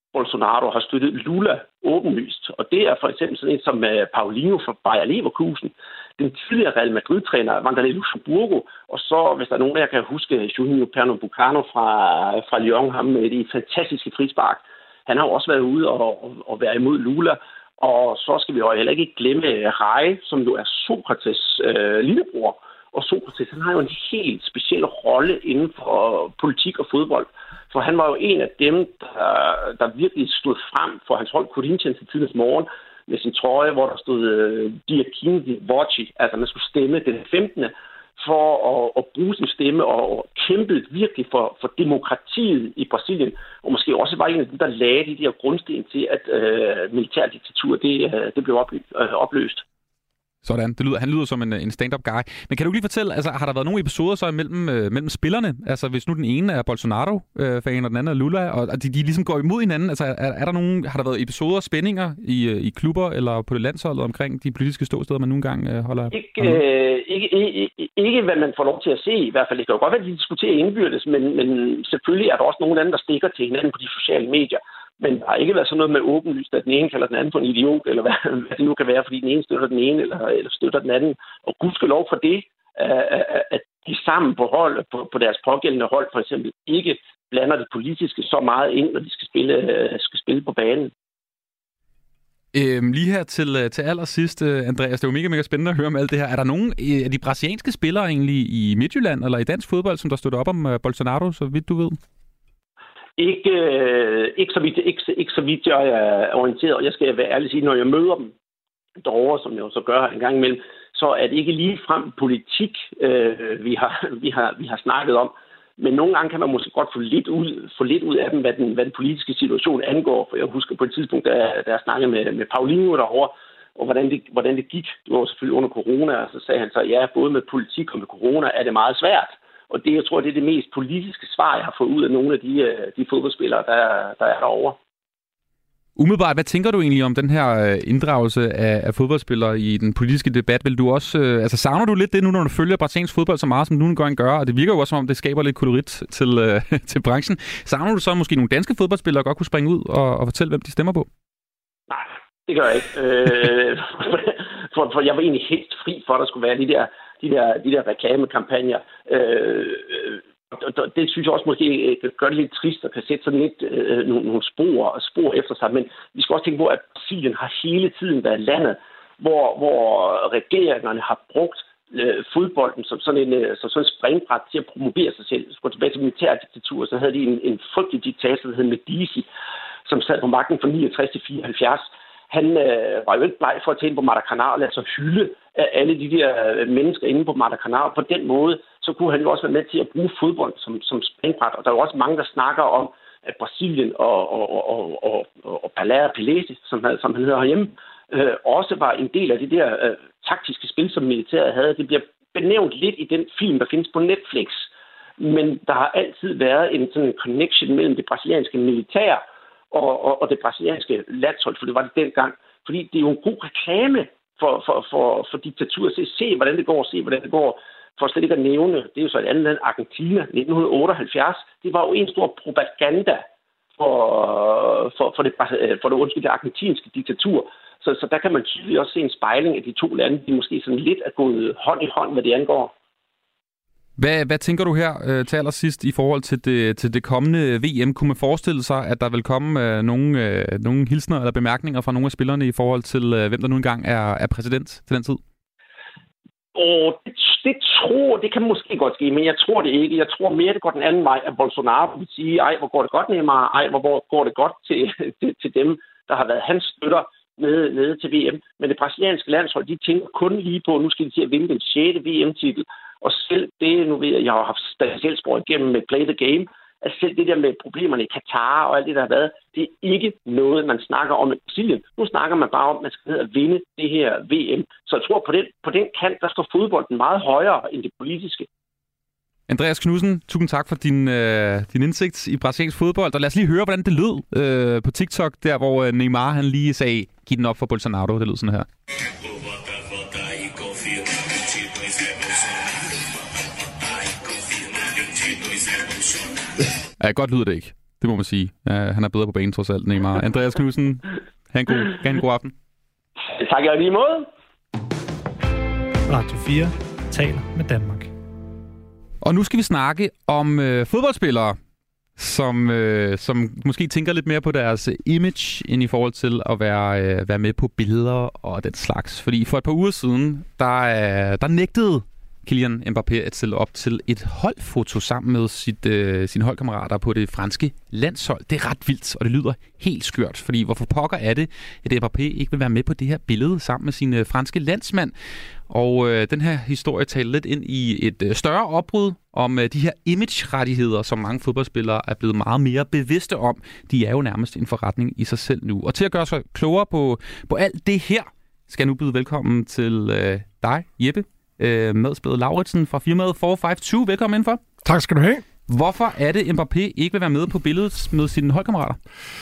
Bolsonaro har støttet Lula åbenlyst. Og det er for eksempel sådan en som uh, Paulinho fra Bayer Leverkusen, den tidligere Real Madrid-træner Wanderlei Luxemburgo, og så, hvis der er nogen, der kan huske, Juninho Pernambucano fra, fra Lyon, ham med de fantastiske frispark. Han har jo også været ude og, og, og været imod Lula. Og så skal vi jo heller ikke glemme Rai, som jo er Sokrates øh, lillebror. Og Sokrates, han har jo en helt speciel rolle inden for politik og fodbold. For han var jo en af dem, der, der virkelig stod frem for hans hold Corinthians i tidens morgen med sin trøje, hvor der stod uh, Diakin di Voci. Altså man skulle stemme den femtende for at, at bruge sin stemme og kæmpe virkelig for, for demokratiet i Brasilien. Og måske også var en af dem, der lagde de der grundsten til, at uh, militærdiktatur det, uh, det blev opløst. Sådan. Det lyder, han lyder som en, en stand-up guy. Men kan du lige fortælle, altså, har der været nogle episoder så mellem, øh, mellem spillerne? Altså hvis nu den ene er Bolsonaro-fan, øh, og den anden er Lula, og de, de ligesom går imod hinanden. Altså er, er der nogen, har der været episoder, spændinger i, i klubber eller på det landsholdet omkring de politiske ståsteder, man nogle gange øh, holder? Ikke, øh, ikke, ikke, ikke hvad man får lov til at se i hvert fald. Det kan jo godt være, at de diskuterer indbyrdes, men, men selvfølgelig er der også nogen anden, der stikker til hinanden på de sociale medier. Men der har ikke været sådan noget med åbenlyst, at den ene kalder den anden for en idiot, eller hvad, hvad det nu kan være, fordi den ene støtter den ene, eller, eller støtter den anden. Og gudskelov for det, at de sammen på hold, på, på deres pågældende hold for eksempel, ikke blander det politiske så meget ind, når de skal spille, skal spille på banen. Øhm, lige her til, til allersidst, Andreas, det er jo mega, mega spændende at høre om alt det her. Er der nogen af de brasilianske spillere egentlig i Midtjylland eller i dansk fodbold, som der støtter op om Bolsonaro, så vidt du ved? Ikke, øh, ikke, så vidt, ikke, ikke så vidt jeg er orienteret. Jeg skal være ærlig sige, når jeg møder dem derovre, som jeg også gør en gang imellem, så er det ikke lige frem politik, øh, vi, har, vi, har, vi har snakket om. Men nogle gange kan man måske godt få lidt ud, få lidt ud af dem, hvad den, hvad den politiske situation angår. For jeg husker på et tidspunkt, da, da jeg snakkede med, med Paulinho derovre, og hvordan det, hvordan det gik. Det var selvfølgelig under corona, og så sagde han så, ja, både med politik og med corona er det meget svært. Og det, jeg tror, det er det mest politiske svar, jeg har fået ud af nogle af de, de fodboldspillere, der, der er derovre. Umiddelbart, hvad tænker du egentlig om den her inddragelse af, af fodboldspillere i den politiske debat? Vil du også, øh, altså savner du lidt det nu, når du følger brasiliansk fodbold så meget, som du nogle gange gør? Og det virker jo også, som om det skaber lidt kolorit til, øh, til branchen. Savner du så måske nogle danske fodboldspillere godt kunne springe ud og, og fortælle, hvem de stemmer på? Nej, det gør jeg ikke. øh, for, for jeg var egentlig helt fri for, at der skulle være de der de der, de der reklamekampagner. Øh, det synes jeg også måske gør det lidt trist og kan sætte sådan lidt øh, nogle, nogle spor, spor efter sig. Men vi skal også tænke på, at Brasilien har hele tiden været landet, hvor, hvor regeringerne har brugt øh, fodbolden som sådan en, øh, som sådan en springbræt til at promovere sig selv. Så går tilbage til militærdiktatur, så havde de en, en frygtelig diktator, der hed Medici, som sad på magten fra niogtres til fireoghalvfjerds. Han øh, var jo ikke bleg for at tage ind på Maracanã og lade sig hylde af alle de der mennesker inde på Maracanã. På den måde, så kunne han jo også være med til at bruge fodbold som, som springbræt. Og der er jo også mange, der snakker om, at Brasilien og, og, og, og, og Palea Pelé, som, som han hedder herhjemme, øh, også var en del af det der øh, taktiske spil, som militæret havde. Det bliver benævnt lidt i den film, der findes på Netflix. Men der har altid været en sådan en connection mellem det brasilianske militær og, og, og det brasilianske landshold, for det var det dengang. Fordi det er jo en god reklame for, for, for, for diktaturet. Se, se, hvordan det går, se, hvordan det går. For slet ikke at nævne, det er jo så et andet land, Argentina, nitten otteoghalvfjerds. Det var jo en stor propaganda for, for, for, det, for det, undskyld, det argentinske diktatur. Så, så der kan man tydeligt også se en spejling af de to lande, de måske sådan lidt er gået hånd i hånd, hvad det angår. Hvad, hvad tænker du her øh, til allersidst i forhold til det, til det kommende V M? Kunne man forestille sig, at der vil komme øh, nogle, øh, nogle hilsner eller bemærkninger fra nogle af spillerne i forhold til, øh, hvem der nu engang er, er præsident til den tid? Og det, det tror, det kan måske godt ske, men jeg tror det ikke. Jeg tror mere, det går den anden vej, at Bolsonaro vil sige, ej, hvor går det godt, Neymar? Ej, hvor går det godt til, til, til dem, der har været hans støtter nede, nede til V M. Men det brasilianske landshold, de tænker kun lige på, nu skal de til at vinde den sjette V M-titel. Og selv det, nu ved jeg, jeg har haft statsselspor igennem med Play the Game, at selv det der med problemerne i Katar og alt det, der har været, det er ikke noget, man snakker om i Brasilien. Nu snakker man bare om, at man skal ned og vinde det her V M. Så jeg tror, på den, på den kant, der står fodbolden meget højere end det politiske. Andreas Knudsen, tusind tak for din, øh, din indsigt i brasiliansk fodbold. Og lad os lige høre, hvordan det lød øh, på TikTok, der hvor Neymar han lige sagde, giv den op for Bolsonaro. Det lød sådan her. Ja, godt lyder det ikke. Det må man sige. Uh, han er bedre på banen trods alt, Neymar. Andreas Knudsen, ha' en god, ha' en god aften. Tak jeg lige måde. Radio fire taler med Danmark. Og nu skal vi snakke om øh, fodboldspillere, som, øh, som måske tænker lidt mere på deres image, end i forhold til at være, øh, være med på billeder og den slags. Fordi for et par uger siden, der, øh, der nægtede Kylian Mbappé at stille op til et holdfoto sammen med sit, øh, sine holdkammerater på det franske landshold. Det er ret vildt, og det lyder helt skørt, fordi hvorfor pokker er det, at Mbappé ikke vil være med på det her billede sammen med sin øh, franske landsmand? Og øh, den her historie taler lidt ind i et øh, større opbrud om øh, de her image-rettigheder, som mange fodboldspillere er blevet meget mere bevidste om. De er jo nærmest en forretning i sig selv nu. Og til at gøre sig klogere på, på alt det her, skal jeg nu byde velkommen til øh, dig, Jeppe, øh, medspillet Lauritsen fra firmaet fire fem to. Velkommen indenfor. Tak skal du have. Hvorfor er det, Mbappé ikke vil være med på billedet med sine holdkammerater?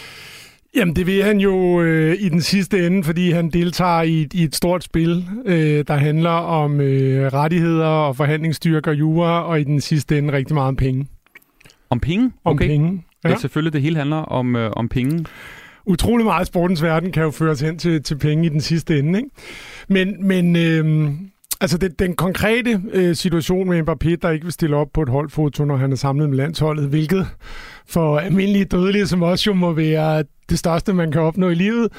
Jamen, det vil han jo øh, i den sidste ende, fordi han deltager i, i et stort spil, øh, der handler om øh, rettigheder og forhandlingsstyrke og jura, og i den sidste ende rigtig meget om penge. Om penge? Om okay. penge, ja. Ja, selvfølgelig, det hele handler om, øh, om penge. Utrolig meget af sportens verden kan jo føres hen til, til penge i den sidste ende, ikke? Men, men øh, altså det, den konkrete øh, situation med Mbappé, der ikke vil stille op på et holdfoto, når han er samlet med landsholdet, hvilket for almindelige dødelige som også jo må være det største, man kan opnå i livet.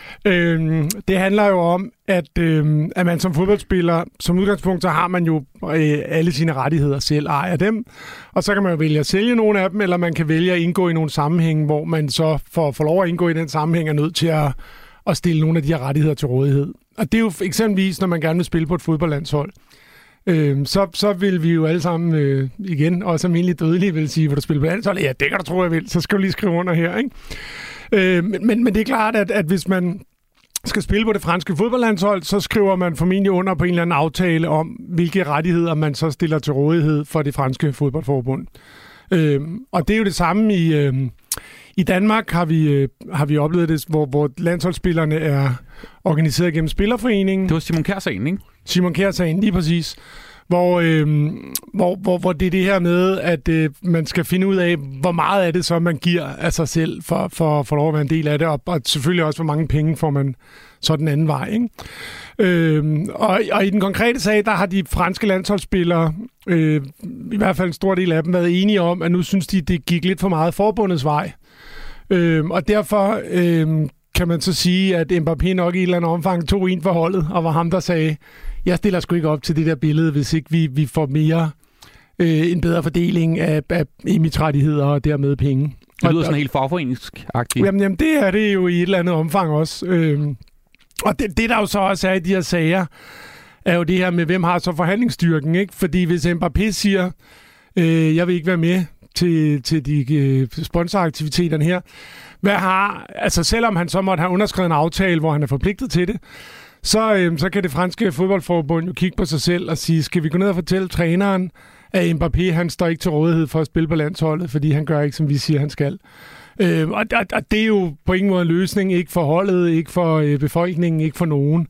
Øhm, det handler jo om, at, øhm, at man som fodboldspiller, som udgangspunkt, så har man jo øh, alle sine rettigheder selv, ejer dem. Og så kan man jo vælge at sælge nogle af dem, eller man kan vælge at indgå i nogle sammenhæng, hvor man så for at få lov at indgå i den sammenhæng er nødt til at, at stille nogle af de her rettigheder til rådighed. Og det er jo eksempelvis, når man gerne vil spille på et fodboldlandshold. Øhm, så, så vil vi jo alle sammen øh, igen, også almindelige dødelige, vil sige, hvor du spiller på landsholdet. Ja, det kan du tro, jeg vil. Så skal du lige skrive under her, ikke? Øh, men, men det er klart, at, at hvis man skal spille på det franske fodboldlandshold, så skriver man formentlig under på en eller anden aftale om, hvilke rettigheder man så stiller til rådighed for det franske fodboldforbund. Øh, og det er jo det samme i, øh, i Danmark, har vi, øh, har vi oplevet det, hvor, hvor landsholdsspillerne er organiseret gennem Spillerforeningen. Det var Simon Kjær-sagen, ikke? Simon Kjær-sagen, lige præcis. Hvor, øh, hvor, hvor, hvor det er det her med, at øh, man skal finde ud af, hvor meget af det så man giver af sig selv for, for, for lov at være en del af det, og, og selvfølgelig også, hvor mange penge får man så den anden vej, ikke? Øh, og, og i den konkrete sag, der har de franske landsholdsspillere, øh, i hvert fald en stor del af dem, været enige om, at nu synes de, det gik lidt for meget forbundets vej. Øh, og derfor øh, kan man så sige, at Mbappé nok i et eller andet omfang tog en for holdet, og var ham, der sagde, jeg stiller sgu ikke op til det der billede, hvis ikke vi, vi får mere, øh, en bedre fordeling af, af image-rettigheder og dermed penge. Det lyder sådan helt fagforeningsagtigt. Jamen, jamen, det er det jo i et eller andet omfang også. Øh, og det, det, der jo så også er i de her sager, er jo det her med, hvem har så forhandlingsstyrken, ikke? Fordi hvis Mbappé siger, øh, jeg vil ikke være med til, til de øh, sponsoraktiviteterne her, hvad har, altså selvom han så måtte have underskrevet en aftale, hvor han er forpligtet til det, så, øh, så kan det franske fodboldforbund jo kigge på sig selv og sige, skal vi gå ned og fortælle træneren, at Mbappé, han står ikke til rådighed for at spille på landsholdet, fordi han gør ikke, som vi siger, han skal. Øh, og, og, og det er jo på ingen måde en løsning, ikke for holdet, ikke for øh, befolkningen, ikke for nogen.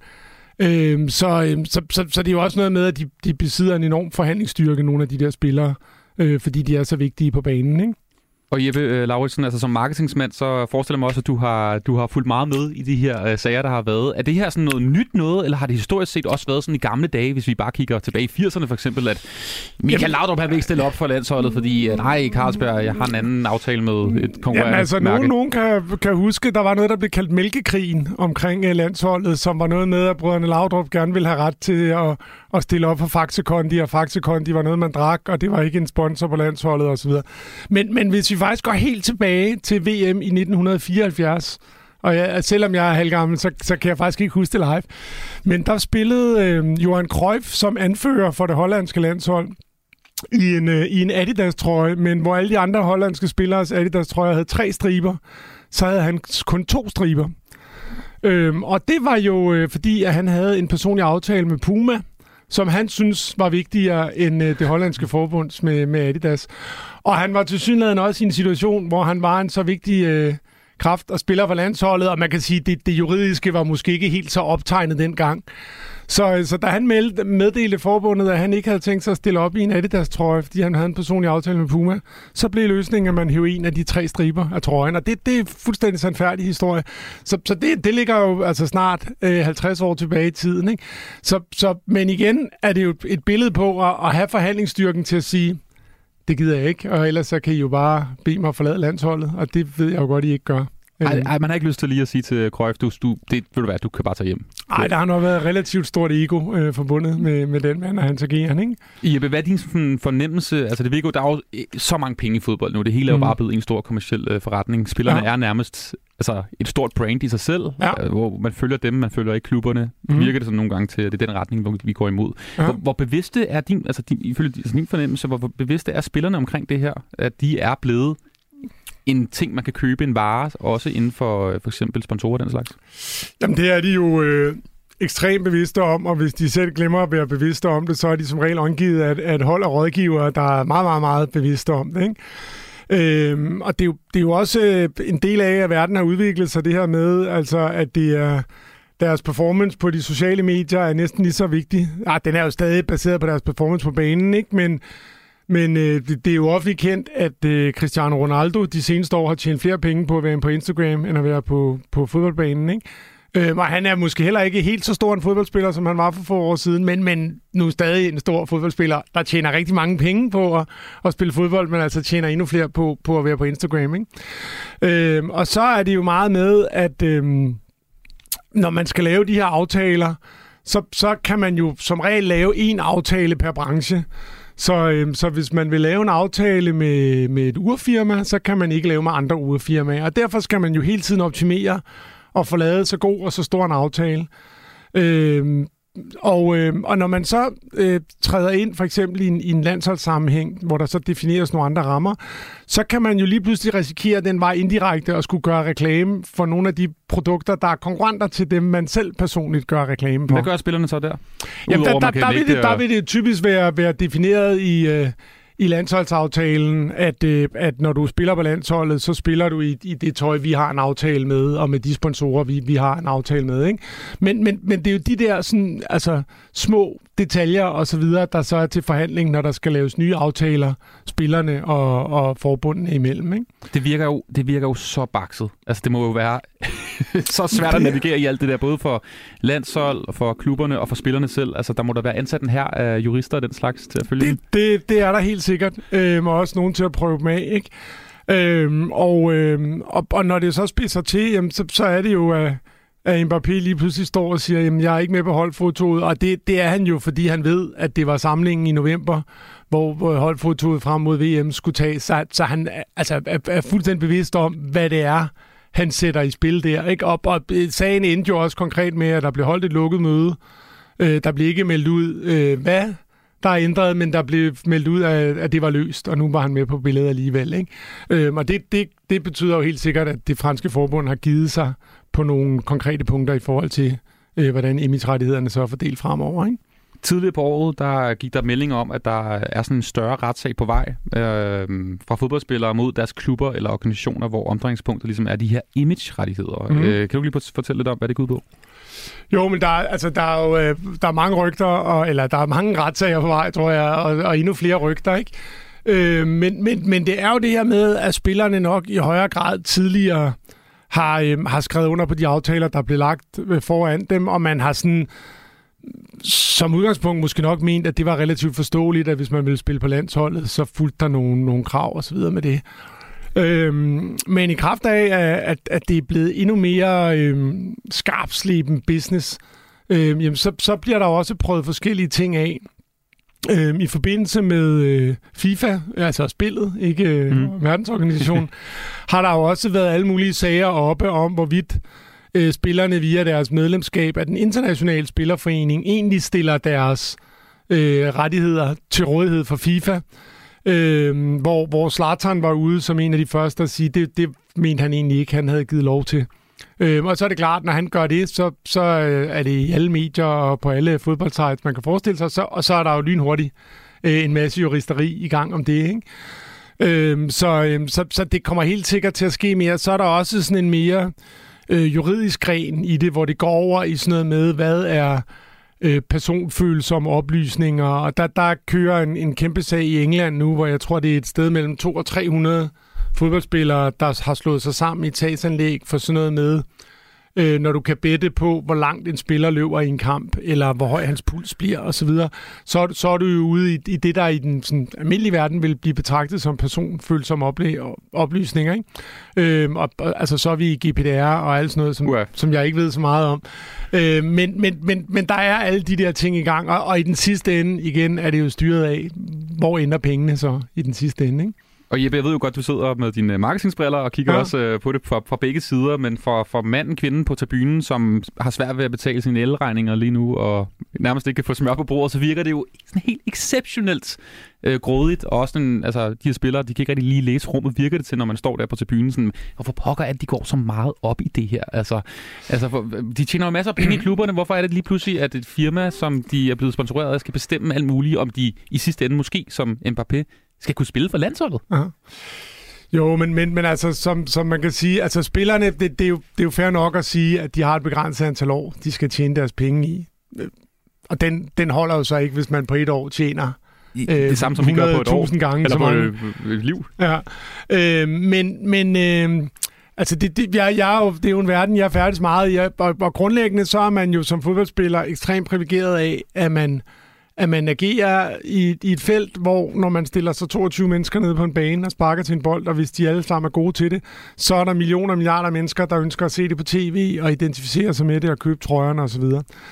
Øh, så, øh, så, så, så det er jo også noget med, at de, de besidder en enorm forhandlingsstyrke, nogle af de der spillere, øh, fordi de er så vigtige på banen, ikke? Og Jeppe uh, Lauritsen, altså som marketingsmand, så forestiller jeg mig også, at du har, du har fulgt meget med i de her uh, sager, der har været. Er det her sådan noget nyt noget, eller har det historisk set også været sådan i gamle dage, hvis vi bare kigger tilbage i firserne for eksempel, at Michael Laudrup han vil ikke stille op for landsholdet, fordi uh, nej, Carlsberg, jeg har en anden aftale med et konkurrerende Jamen altså, mærke. nogen, nogen kan, kan huske, der var noget, der blev kaldt mælkekrigen omkring uh, landsholdet, som var noget med, at brødrene Laudrup gerne ville have ret til at, at stille op for Faxe Kondi, og Faxe Kondi var noget, man drak, og det var ikke en sponsor på landsholdet osv. Men, men hvis vi faktisk går helt tilbage til V M i nitten fireoghalvfjerds, og jeg, selvom jeg er halvgammel, så, så kan jeg faktisk ikke huske det live, men der spillede øh, Johan Cruyff som anfører for det hollandske landshold i en, øh, i en Adidas-trøje, men hvor alle de andre hollandske spilleres Adidas-trøjer havde tre striber, så havde han kun to striber. Øhm, og det var jo øh, fordi, at han havde en personlig aftale med Puma, som han synes var vigtigere end øh, det hollandske forbund med, med Adidas. Og han var tilsyneladende også i en situation, hvor han var en så vigtig øh, kraft og spiller for landsholdet, og man kan sige, at det, det juridiske var måske ikke helt så optegnet dengang. Så, så da han meldte, meddelte forbundet, at han ikke havde tænkt sig at stille op i en Adidas-trøje, fordi han havde en personlig aftale med Puma, så blev løsningen, at man hævde en af de tre striber af trøjen. Og det, det er fuldstændig sandfærdig historie. Så, så det, det ligger jo altså snart øh, halvtreds år tilbage i tiden. Ikke? Så, så, men igen er det jo et billede på at, at have forhandlingsstyrken til at sige, det gider jeg ikke, og ellers så kan I jo bare bede mig at forlade landsholdet, og det ved jeg jo godt, I ikke gør. Ej, ej, man har ikke lyst til lige at sige til Cruyff, du, du, det vil du være, du kan bare tage hjem. Nej, der har nok været relativt stort ego øh, forbundet med, med den mand og hans ageren, ikke? Jeppe, hvad er din fornemmelse? Altså det virker, der er jo så mange penge i fodbold nu. Det hele er jo mm. bare blevet en stor kommerciel øh, forretning. Spillerne ja. er nærmest altså, et stort brand i sig selv, ja. øh, hvor man følger dem, man følger ikke klubberne. Mm. Virker det sådan nogle gange til, at det er den retning, hvor vi går imod. Ja. Hvor, hvor bevidste er din, altså din, ifølge altså din fornemmelse, hvor bevidste er spillerne omkring det her, at de er blevet en ting, man kan købe en vare, også inden for for eksempel sponsorer og den slags? Jamen, det er de jo øh, ekstremt bevidste om, og hvis de selv glemmer at være bevidste om det, så er de som regel omgivet af, af et hold af rådgivere, der er meget, meget, meget bevidste om det, ikke? Øhm, og det er, jo, det er jo også en del af, at verden har udviklet sig det her med, altså at det er deres performance på de sociale medier er næsten lige så vigtig. Ah, den er jo stadig baseret på deres performance på banen, ikke? Men Men øh, det, det er jo offentligt kendt, at øh, Cristiano Ronaldo de seneste år har tjent flere penge på at være på Instagram, end at være på, på fodboldbanen, ikke? Øh, og han er måske heller ikke helt så stor en fodboldspiller, som han var for få år siden, men, men nu stadig en stor fodboldspiller, der tjener rigtig mange penge på at, at spille fodbold, men altså tjener endnu flere på, på at være på Instagram, ikke? Øh, og så er det jo meget med, at øh, når man skal lave de her aftaler, så, så kan man jo som regel lave en aftale per branche. Så, øhm, så hvis man vil lave en aftale med, med et urfirma, så kan man ikke lave med andre urfirmaer. Og derfor skal man jo hele tiden optimere og få lavet så god og så stor en aftale. Øhm, og, øhm, og når man så øh, træder ind for eksempel i en, i en landsholdssammenhæng, hvor der så defineres nogle andre rammer, så kan man jo lige pludselig risikere den vej indirekte og skulle gøre reklame for nogle af de produkter, der er konkurrenter til dem, man selv personligt gør reklame for. Hvad gør spillerne så der? Jamen, der, der, der, vil det, der vil det typisk være, være defineret i, øh, i landsholdsaftalen, at, øh, at når du spiller på landsholdet, så spiller du i, i det tøj, vi har en aftale med, og med de sponsorer, vi, vi har en aftale med, ikke? Men, men, men det er jo de der sådan, altså, små detaljer og så videre, der så er til forhandling, når der skal laves nye aftaler, spillerne og, og forbundene imellem, ikke? Det virker jo, det virker jo så bakset. Altså, det må jo være så svært at navigere i alt det der, både for landshold, og for klubberne og for spillerne selv. Altså, der må der være ansat en her af jurister og den slags til at følge det, det, det er der helt sikkert. Øhm, og også nogen til at prøve dem af, ikke? Øhm, og, øhm, og, og når det så spidser til, jamen, så, så er det jo, at, at Mbappé lige pludselig står og siger, jamen, jeg er ikke med på holdfotoet. Og det, det er han jo, fordi han ved, at det var samlingen i november, hvor, hvor holdfotoet frem mod V M skulle tage. Så, så han altså, er, er fuldstændig bevidst om, hvad det er, han sætter i spil der, ikke? Og, og sagen endte jo også konkret med, at der blev holdt et lukket møde. Øh, der blev ikke meldt ud, øh, hvad der er ændret, men der blev meldt ud af, at det var løst, og nu var han med på billedet alligevel, ikke? Øhm, og det, det, det betyder jo helt sikkert, at det franske forbund har givet sig på nogle konkrete punkter i forhold til, øh, hvordan image-rettighederne så er fordelt fremover, ikke? Tidligere på året, der gik der meldinger om, at der er sådan en større retssag på vej øh, fra fodboldspillere mod deres klubber eller organisationer, hvor omdrejningspunktet ligesom er de her image-rettigheder. Mm-hmm. Øh, kan du lige fortælle lidt om, hvad det går ud på? Jo, men der, altså, der er jo øh, der er mange rygter, og, eller der er mange retssager på vej, tror jeg, og, og endnu flere rygter, ikke? Øh, men, men, men det er jo det her med, at spillerne nok i højere grad tidligere har, øh, har skrevet under på de aftaler, der blev lagt øh, foran dem, og man har sådan som udgangspunkt måske nok ment, at det var relativt forståeligt, at hvis man ville spille på landsholdet, så fulgte der nogle, nogle krav og så videre med det. Øhm, men i kraft af, at, at det er blevet endnu mere øhm, skarpsleben business, øhm, jamen, så, så bliver der også prøvet forskellige ting af. Øhm, I forbindelse med øh, FIFA, altså spillet, ikke øh, mm. verdensorganisationen, har der jo også været alle mulige sager oppe om, hvorvidt øh, spillerne via deres medlemskab af den internationale spillerforening egentlig stiller deres øh, rettigheder til rådighed for FIFA. Øh, hvor, hvor Zlatan var ude som en af de første at sige, det, det mente han egentlig ikke, han havde givet lov til. Øh, og så er det klart, når han gør det, så, så øh, er det i alle medier og på alle fodboldsites, man kan forestille sig, så, og så er der jo lynhurtigt øh, en masse juristeri i gang om det, ikke? Øh, så, øh, så, så det kommer helt sikkert til at ske mere. Så er der også sådan en mere øh, juridisk gren i det, hvor det går over i sådan noget med, hvad er øh, personfølsomme oplysninger. Og der, der kører en, en kæmpe sag i England nu, hvor jeg tror, det er et sted mellem to og tre hundrede fodboldspillere, der har slået sig sammen i et sagsanlæg for sådan noget med, øh, når du kan bette på, hvor langt en spiller løber i en kamp, eller hvor høj hans puls bliver, osv., så, så er du jo ude i, i det, der i den sådan, almindelige verden vil blive betragtet som personfølsomme opl- oplysninger. Ikke? Øh, og, altså, så er vi i G P D R og alt sådan noget, som, uh. som jeg ikke ved så meget om. Øh, men, men, men, men der er alle de der ting i gang, og, og i den sidste ende, igen, er det jo styret af, hvor ender pengene så i den sidste ende, ikke? Og Jeppe, jeg ved jo godt, du sidder med dine marketingsbriller og kigger ja. også øh, på det fra, fra begge sider, men for, for manden, kvinden på tribunen, som har svært ved at betale sine elregninger lige nu, og nærmest ikke kan få smør på bordet, så virker det jo sådan helt exceptionelt øh, grådigt. Og også en, altså, de her spillere, de kan ikke rigtig lige læse rummet, virker det til, når man står der på tribunen. Sådan, hvorfor pokker at de går så meget op i det her? Altså, altså for, de tjener jo masser af penge i klubberne. Hvorfor er det lige pludselig, at et firma, som de er blevet sponsoreret af, skal bestemme alt muligt, om de i sidste ende måske, som Mbappé, skal kunne spille for landsholdet? Aha. Jo, men, men, men altså, som, som man kan sige, altså spillerne, det, det, er jo, det er jo fair nok at sige, at de har et begrænset antal år, de skal tjene deres penge i. Og den, den holder jo så ikke, hvis man på et år tjener I, øh, det samme, som vi gør på et år, gange, eller på et, et liv. Ja, øh, men, men øh, altså det, det, jeg, jeg er jo, det er jo en verden, jeg er færdig meget i, og, og grundlæggende så er man jo som fodboldspiller ekstremt privilegeret af, at man at man agerer i, i et felt, hvor når man stiller så toogtyve mennesker nede på en bane og sparker til en bold, og hvis de alle sammen er gode til det, så er der millioner og milliarder af mennesker, der ønsker at se det på tv og identificere sig med det og købe trøjerne osv.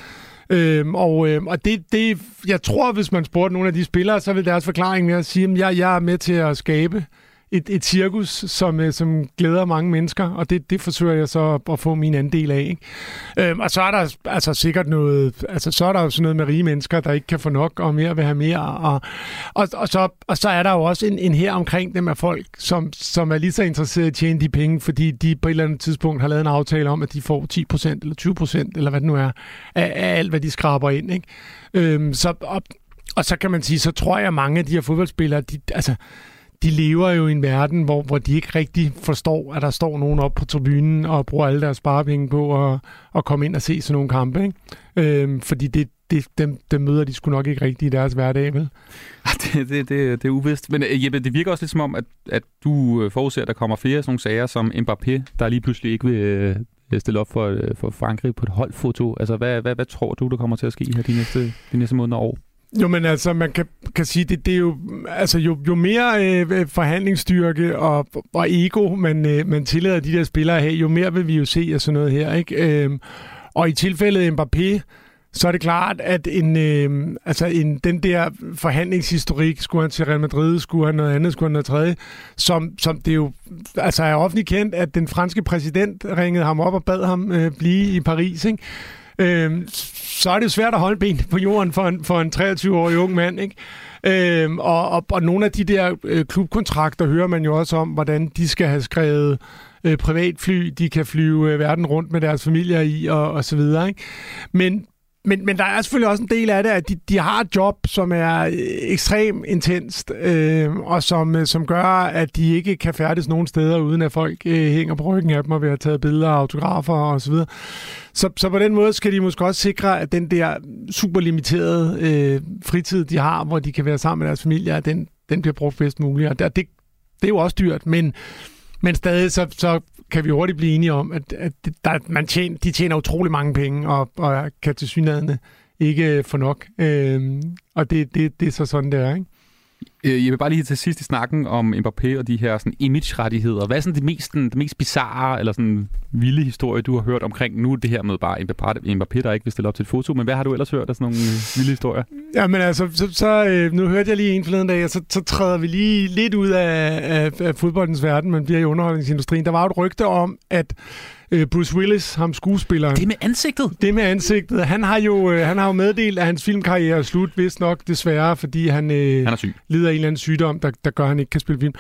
Øhm, og øhm, og det, det, jeg tror, hvis man spurgte nogle af de spillere, så vil deres forklaring være at sige, at jeg, jeg er med til at skabe et, et cirkus, som, som glæder mange mennesker, og det, det forsøger jeg så at få min andel af. Ikke? Øhm, og så er der altså sikkert noget, altså så er der jo sådan noget med rige mennesker, der ikke kan få nok og mere vil have mere, og, og, og, så, og så er der jo også en, en her omkring dem af folk, som, som er lige så interesserede i at tjene de penge, fordi de på et eller andet tidspunkt har lavet en aftale om, at de får ti procent eller tyve procent, eller hvad det nu er, af, af alt, hvad de skraber ind. Ikke? Øhm, så, og, og så kan man sige, så tror jeg, at mange af de her fodboldspillere, de, altså de lever jo i en verden, hvor, hvor de ikke rigtig forstår, at der står nogen op på tribunen og bruger alle deres sparepenge på at, at komme ind og se sådan nogle kampe. Ikke? Øhm, fordi det, det, dem, dem møder de sgu nok ikke rigtigt i deres hverdag, vel? Det, det, det, det er uvist. Men Jeppe, det virker også lidt som om, at, at du forudser, at der kommer flere sådan nogle sager som Mbappé, der lige pludselig ikke vil stille op for, for Frankrig på et holdfoto. Altså, hvad, hvad, hvad tror du, der kommer til at ske her de næste, de næste måneder og år? Jo, men altså, man kan, kan sige, det, det er jo, altså, jo, jo mere øh, forhandlingsstyrke og, og ego, man, øh, man tillader de der spillere her, jo mere vil vi jo se af sådan noget her, ikke? Øhm, og i tilfældet Mbappé, så er det klart, at en, øh, altså en, den der forhandlingshistorik, skulle han til Real Madrid, skulle han noget andet, skulle han noget tredje, som, som det jo altså er offentligt kendt, at den franske præsident ringede ham op og bad ham øh, blive i Paris, ikke? Øhm, så er det jo svært at holde ben på jorden for en, for en treogtyve-årig ung mand, ikke? Øhm, og, og, og nogle af de der øh, klubkontrakter hører man jo også om, hvordan de skal have skrevet øh, privatfly, de kan flyve øh, verden rundt med deres familier i, og, og så videre, ikke? Men Men, men der er selvfølgelig også en del af det, at de, de har et job, som er ekstremt intenst, øh, og som, som gør, at de ikke kan færdes nogen steder, uden at folk øh, hænger på ryggen af dem og vil have taget billeder, autografer og så videre. Så, så på den måde skal de måske også sikre, at den der superlimiterede øh, fritid, de har, hvor de kan være sammen med deres familier, den, den bliver brugt bedst muligt. Og det, det er jo også dyrt, men, men stadig så... så kan vi hurtigt blive enige om, at, at der, man tjener, de tjener utrolig mange penge, og, og kan tilsyneladende ikke få nok. Øhm, og det, det, det er så sådan, det er, ikke? Jeg vil bare lige til sidst i snakken om Mbappé og de her sådan, image-rettigheder. Hvad er sådan det mest, det mest bizarre eller sådan vilde historie, du har hørt omkring nu? Det her med bare Mbappé, Mbappé der ikke vil stille op til et foto, men hvad har du ellers hørt af sådan nogle vilde historier? Ja, men altså, så, så øh, nu hørte jeg lige en forleden dag, og så, så træder vi lige lidt ud af, af, af fodboldens verden, man bliver i underholdningsindustrien. Der var jo et rygte om, at Bruce Willis, ham skuespilleren. Det med ansigtet? Det med ansigtet. Han har jo, øh, han har jo meddelt, at hans filmkarriere er slut, vist nok desværre, fordi han, øh, han er syg. lider af en eller anden sygdom, der, der gør, at han ikke kan spille film.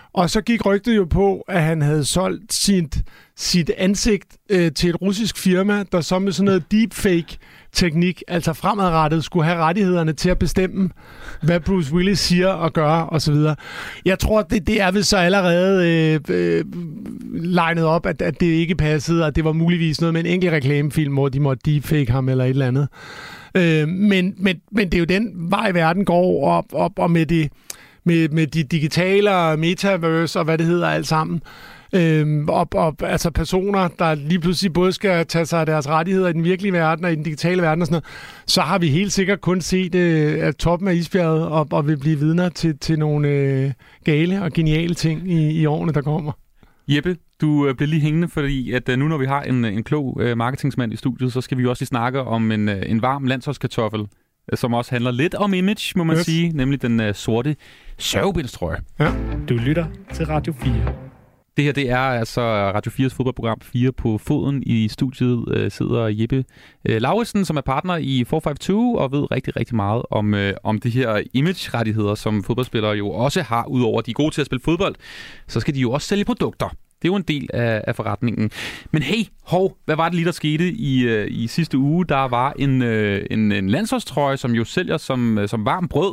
Og så gik rygtet jo på, at han havde solgt sit, sit ansigt øh, til et russisk firma, der så med sådan noget deepfake-teknik, altså fremadrettet, skulle have rettighederne til at bestemme, hvad Bruce Willis siger og gør osv. Jeg tror, det, det er vel så allerede øh, øh, legnet op, at, at det ikke passede, og det var muligvis noget med en enkelt reklamefilm, hvor de måtte deepfake ham eller et eller andet. Øh, men, men, men det er jo den vej, verden går op, op og med det Med, med de digitale metaverse og hvad det hedder alt sammen. Øhm, og, og altså personer, der lige pludselig både skal tage sig af deres rettigheder i den virkelige verden og i den digitale verden og sådan noget, så har vi helt sikkert kun set øh, toppen af isbjerget og, og vil blive vidner til, til nogle øh, gale og geniale ting i, i årene, der kommer. Jeppe, du øh, bliver lige hængende, fordi at øh, nu når vi har en, en klog øh, marketingsmand i studiet, så skal vi jo også lige snakke om en, øh, en varm landsholdskartoffel, som også handler lidt om image, må man yes. sige, nemlig den uh, sorte sørgebindstrøje. Ja. Du lytter til Radio fire. Det her, det er altså Radio fires fodboldprogram fire på foden. I studiet uh, sidder Jeppe uh, Lauritsen, som er partner i fire fem to og ved rigtig, rigtig meget om, uh, om de her image-rettigheder, som fodboldspillere jo også har. Udover at de er gode til at spille fodbold, så skal de jo også sælge produkter. Det er jo en del af, af forretningen. Men hey, hov, hvad var det lige, der skete i, øh, i sidste uge? Der var en, øh, en, en landsholdstrøje, som jo sælger som, øh, som varm brød,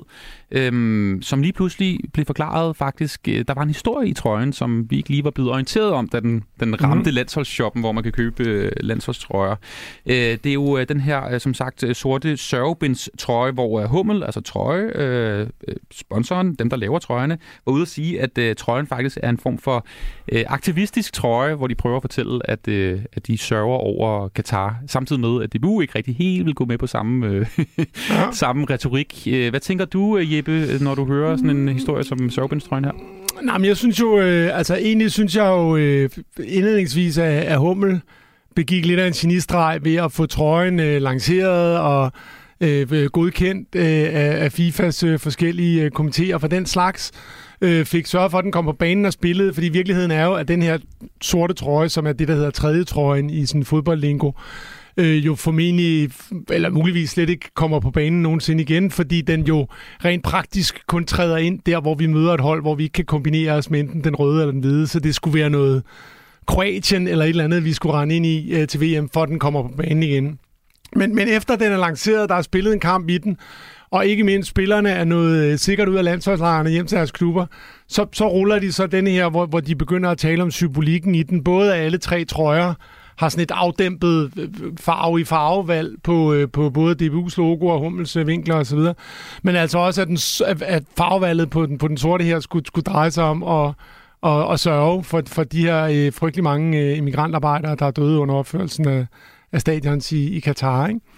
øh, som lige pludselig blev forklaret faktisk. Øh, der var en historie i trøjen, som vi ikke lige var blevet orienteret om, da den, den ramte mm-hmm. landsholdsshoppen, hvor man kan købe øh, landsholdstrøjer. Øh, det er jo øh, den her, øh, som sagt, øh, sorte sørgebindstrøje, hvor øh, Hummel, altså trøje, øh, sponsoren, dem der laver trøjerne, var ude at sige, at øh, trøjen faktisk er en form for øh, aktivistisk trøje, hvor de prøver at fortælle, at, øh, at de sørger over Katar, samtidig med, at D B U ikke rigtig helt vil gå med på samme, øh, ja. samme retorik. Hvad tænker du, Jeppe, når du hører sådan en historie som sørgebindstrøjen her? Nej, men jeg synes jo, øh, altså egentlig synes jeg jo øh, indledningsvis, at, at Hummel begik lidt af en genistreg ved at få trøjen øh, lanceret og øh, godkendt øh, af, af FIFAs øh, forskellige øh, komitéer for den slags. Øh, fik sørget for, at den kom på banen og spillede, fordi virkeligheden er jo, at den her sorte trøje, som er det, der hedder tredje trøjen i sådan fodboldlingo, øh, jo formentlig, eller muligvis slet ikke kommer på banen nogensinde igen, fordi den jo rent praktisk kun træder ind der, hvor vi møder et hold, hvor vi ikke kan kombinere os med enten den røde eller den hvide, så det skulle være noget Kroatien eller et eller andet, vi skulle rende ind i øh, til V M, for den kommer på banen igen. Men, men efter den er lanceret, der er spillet en kamp i den, og ikke mindst spillerne er nået sikkert ud af landsholdslejrene hjem til deres klubber, så, så ruller de så denne her, hvor, hvor de begynder at tale om symbolikken i den. Både af alle tre trøjer har sådan et afdæmpet farve i farvevalg på, på både D B U's logo og Hummels vinkler osv. Men altså også, at, den, at farvevalget på den, på den sorte her skulle, skulle dreje sig om at, at, at sørge for, for de her øh, frygtelig mange øh, immigrantarbejdere, der er døde under opførelsen af, af stadions i, i Katar, ikke?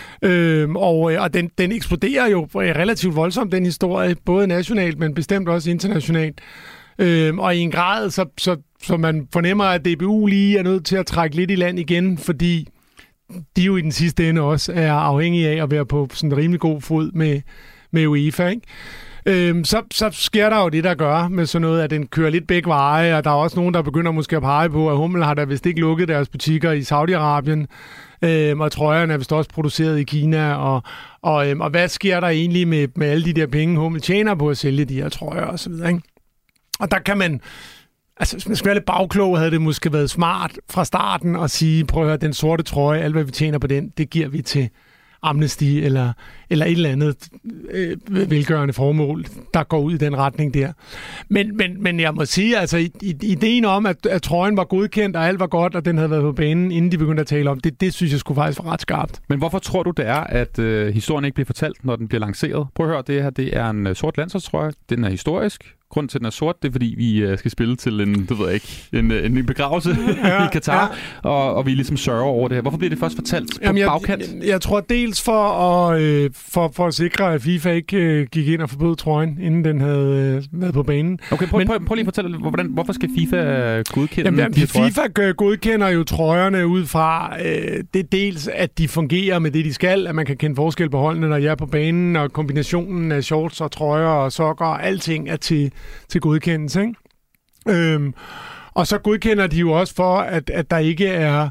Øhm, og og den, den eksploderer jo relativt voldsomt, den historie, både nationalt, men bestemt også internationalt. Øhm, og i en grad, så, så, så man fornemmer, at D B U lige er nødt til at trække lidt i land igen, fordi de jo i den sidste ende også er afhængige af at være på sådan en rimelig god fod med, med UEFA, ikke? Øhm, så, så sker der jo det, der gør med sådan noget, at den kører lidt begge veje, og der er også nogen, der begynder måske at pege på, at Hummel har da vist ikke lukket deres butikker i Saudi-Arabien, øhm, og trøjerne er vist også produceret i Kina, og, og, øhm, og hvad sker der egentlig med, med alle de der penge, Hummel tjener på at sælge de her trøjer og så videre, ikke? Og der kan man, altså hvis man skal være lidt bagklog, havde det måske været smart fra starten at sige, prøv at høre, den sorte trøje, alt hvad vi tjener på den, det giver vi til Amnesty eller, eller et eller andet øh, velgørende formål, der går ud i den retning der. Men, men, men jeg må sige, altså ideen om, at, at trøjen var godkendt, og alt var godt, og den havde været på banen, inden de begyndte at tale om det, det synes jeg skulle faktisk var ret skarpt. Men hvorfor tror du, det er, at øh, historien ikke bliver fortalt, når den bliver lanceret? Prøv at høre, det her, det er en sort landsholdstrøje. Den er historisk. Grunden til, at den er sort, det er, fordi vi uh, skal spille til en, det ved jeg ikke, en, en, en begravelse ja, i Katar, ja. og, og vi ligesom sørger over det her. Hvorfor bliver det først fortalt på Jamen, jeg, bagkant? Jeg, jeg tror dels for at, øh, for, for at sikre, at FIFA ikke øh, gik ind og forbød trøjen, inden den havde øh, været på banen. Okay, prøv, Men, prøv, prøv lige at fortælle, hvordan, hvorfor skal FIFA godkende jamen, de her trøjer? FIFA godkender jo trøjerne ud fra øh, det dels, at de fungerer med det, de skal, at man kan kende forskel på holdene, når jeg er på banen, og kombinationen af shorts og trøjer og sokker og alting er til til godkendelse, ikke? Øhm, og så godkender de jo også for, at, at der ikke er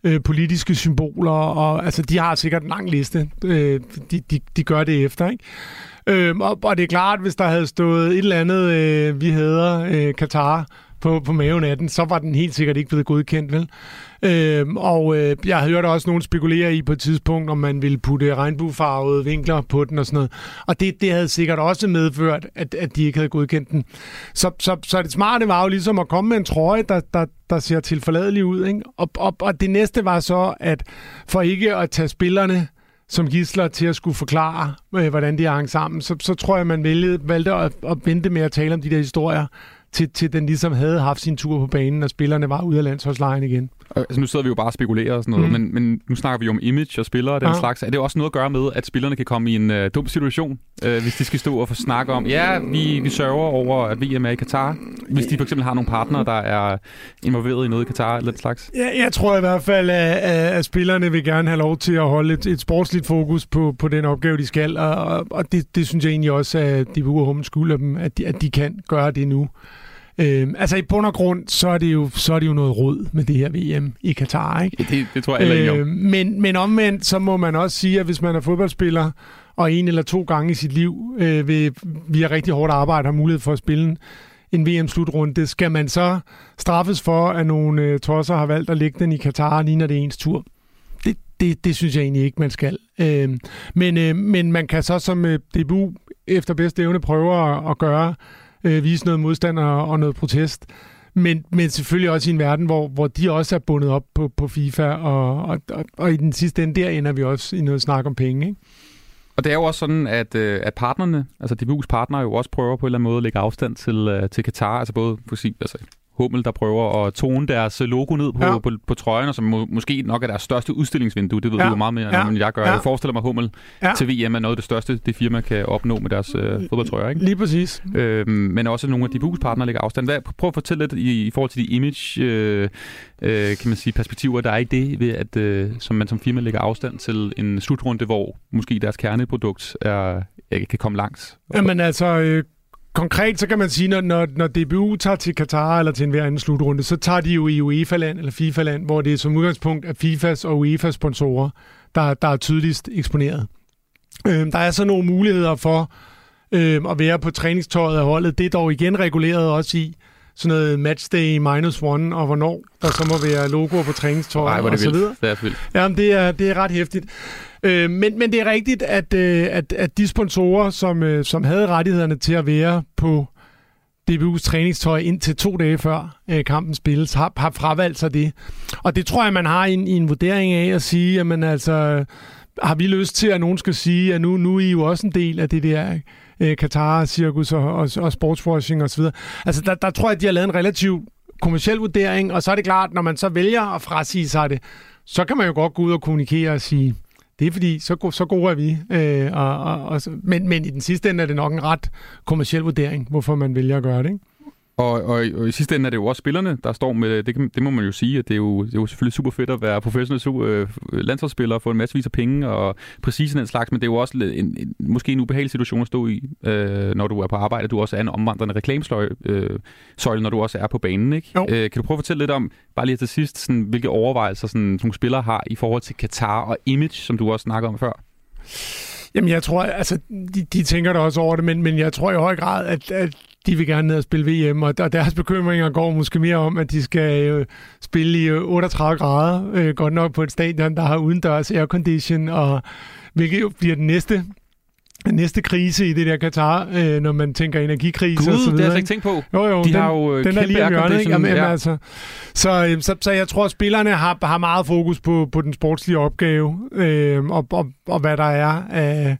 øh, politiske symboler, og altså, de har sikkert en lang liste. Øh, de, de, de gør det efter, ikke? Øh, og, og det er klart, hvis der havde stået et eller andet, øh, vi hedder øh, Katar, på, på maven af den, så var den helt sikkert ikke blevet godkendt, vel? Øh, og øh, jeg har hørt også nogen spekulere i på et tidspunkt, om man ville putte regnbuefarvede vinkler på den og sådan noget. Og det, det havde sikkert også medført, at, at de ikke havde godkendt den. Så, så, så det smarte var jo ligesom at komme med en trøje, der, der, der ser tilforladelig ud, ikke? Og, og, og det næste var så, at for ikke at tage spillerne som gidsler til at skulle forklare, øh, hvordan de hang sammen, så, så tror jeg, man vælgede, valgte at, at vente med at tale om de der historier, til, til den ligesom havde haft sin tur på banen, og spillerne var ude af landsholdslejren igen. Altså, nu sidder vi jo bare og spekulerer og sådan noget, mm. men, men nu snakker vi jo om image og spillere og den ja. slags. Er det også noget at gøre med, at spillerne kan komme i en uh, dum situation, uh, hvis de skal stå og få snakke om, ja, vi, vi sørger over, at V M er i Katar, hvis de for eksempel har nogle partnere, der er involveret i noget i Katar eller den slags? Ja, jeg tror i hvert fald, at, at spillerne vil gerne have lov til at holde et, et sportsligt fokus på, på den opgave, de skal, og, og det, det synes jeg egentlig også, at de buer hummen skylder dem, at de, at de kan gøre det nu. Øhm, altså i bund og grund, så er det jo, så er det jo noget rod med det her V M i Katar, ikke? Det, det tror jeg heller ikke om. Øhm, men, men omvendt, så må man også sige, at hvis man er fodboldspiller, og en eller to gange i sit liv øh, ved, via rigtig hårdt arbejde har mulighed for at spille en V M-slutrunde, skal man så straffes for, at nogle øh, tosser har valgt at lægge den i Katar, lige når det er ens tur. Det, det, det synes jeg egentlig ikke, man skal. Øhm, men, øh, men man kan så som øh, D B U efter bedste evne prøve at, at gøre Øh, vise noget modstand og, og noget protest. Men, men selvfølgelig også i en verden, hvor, hvor de også er bundet op på, på FIFA, og, og, og, og i den sidste ende, der ender vi også i noget snak om penge, ikke? Og det er jo også sådan, at, at partnerne, altså D B U's partnere, jo også prøver på en eller anden måde at lægge afstand til, til Katar, altså både for sige, altså Hummel, der prøver at tone deres logo ned på, ja. på, på, på trøjen, som må, måske nok er deres største udstillingsvindue. Det ved ja. du jo meget mere, ja. end jeg gør. Ja. Jeg forestiller mig, Hummel ja. til V M er noget af det største, det firma kan opnå med deres øh, fodboldtrøjer, ikke? Lige præcis. Øhm, men også nogle af D B U's partnere lægger afstand. Hvad, prøv at fortælle lidt i, i forhold til de image, øh, øh, kan man sige, perspektiver, der er i det, ved at øh, som man som firma lægger afstand til en slutrunde, hvor måske deres kerneprodukt er, kan komme langt. Jamen altså... Øh Konkret, så kan man sige, når, når, når D B U tager til Katar eller til en hver anden slutrunde, så tager de jo i UEFA-land eller FIFA-land, hvor det er som udgangspunkt af FIFAs og UEFA-sponsorer, der, der er tydeligst eksponeret. Øh, der er så nogle muligheder for øh, at være på træningstøjet af holdet. Det er dog igen reguleret også i sådan noget matchday minus one, og hvornår der så må være logoer på træningstøjet og så videre. Det er vildt. Jamen, det er, det er ret hæftigt. Øh, men, men det er rigtigt, at, øh, at, at de sponsorer, som, øh, som havde rettighederne til at være på D B U's træningstøj indtil to dage før øh, kampen spilles, har, har fravalgt sig det. Og det tror jeg, man har en, en vurdering af at sige, at man altså, har vi lyst til, at nogen skal sige, at nu, nu er I jo også en del af det der øh, Qatar-cirkus og, og, og sportswashing osv. Altså, der, der tror jeg, at de har lavet en relativt kommerciel vurdering, og så er det klart, når man så vælger at frasige sig det, så kan man jo godt gå ud og kommunikere og sige, det er fordi, så, så gode er vi. Øh, og, og, og, men, men i den sidste ende er det nok en ret kommerciel vurdering, hvorfor man vælger at gøre det, ikke? Og, og, og i sidste ende er det jo også spillerne, der står med, det, det må man jo sige, at det er jo, det er jo selvfølgelig super fedt at være professionel øh, landsholdsspiller og få en masse vis af penge og præcis den slags, men det er jo også en, en, måske en ubehagelig situation at stå i, øh, når du er på arbejde. Du også er en omvandrende reklamesøjle, øh, når du også er på banen, ikke? Øh, kan du prøve at fortælle lidt om, bare lige til sidst, sådan, hvilke overvejelser sådan, nogle spillere har i forhold til Katar og image, som du også snakkede om før? Jamen, jeg tror, altså, de, de tænker da også over det, men, men jeg tror i høj grad, at, at de vil gerne ned og spille V M, og, og deres bekymringer går måske mere om, at de skal øh, spille i otteogtredive grader, øh, godt nok på et stadion, der har udendørs aircondition, og hvilket jo bliver den næste, den næste krise i det der Katar, øh, når man tænker energikrise Gud, og så videre. det har jeg ikke tænkt på. Jo, jo, de den, har jo den er lige om hjørnet, ikke? Jamen, ja. altså, så, øh, så, så jeg tror, at spillerne har, har meget fokus på, på den sportslige opgave, øh, og, og, og hvad der er af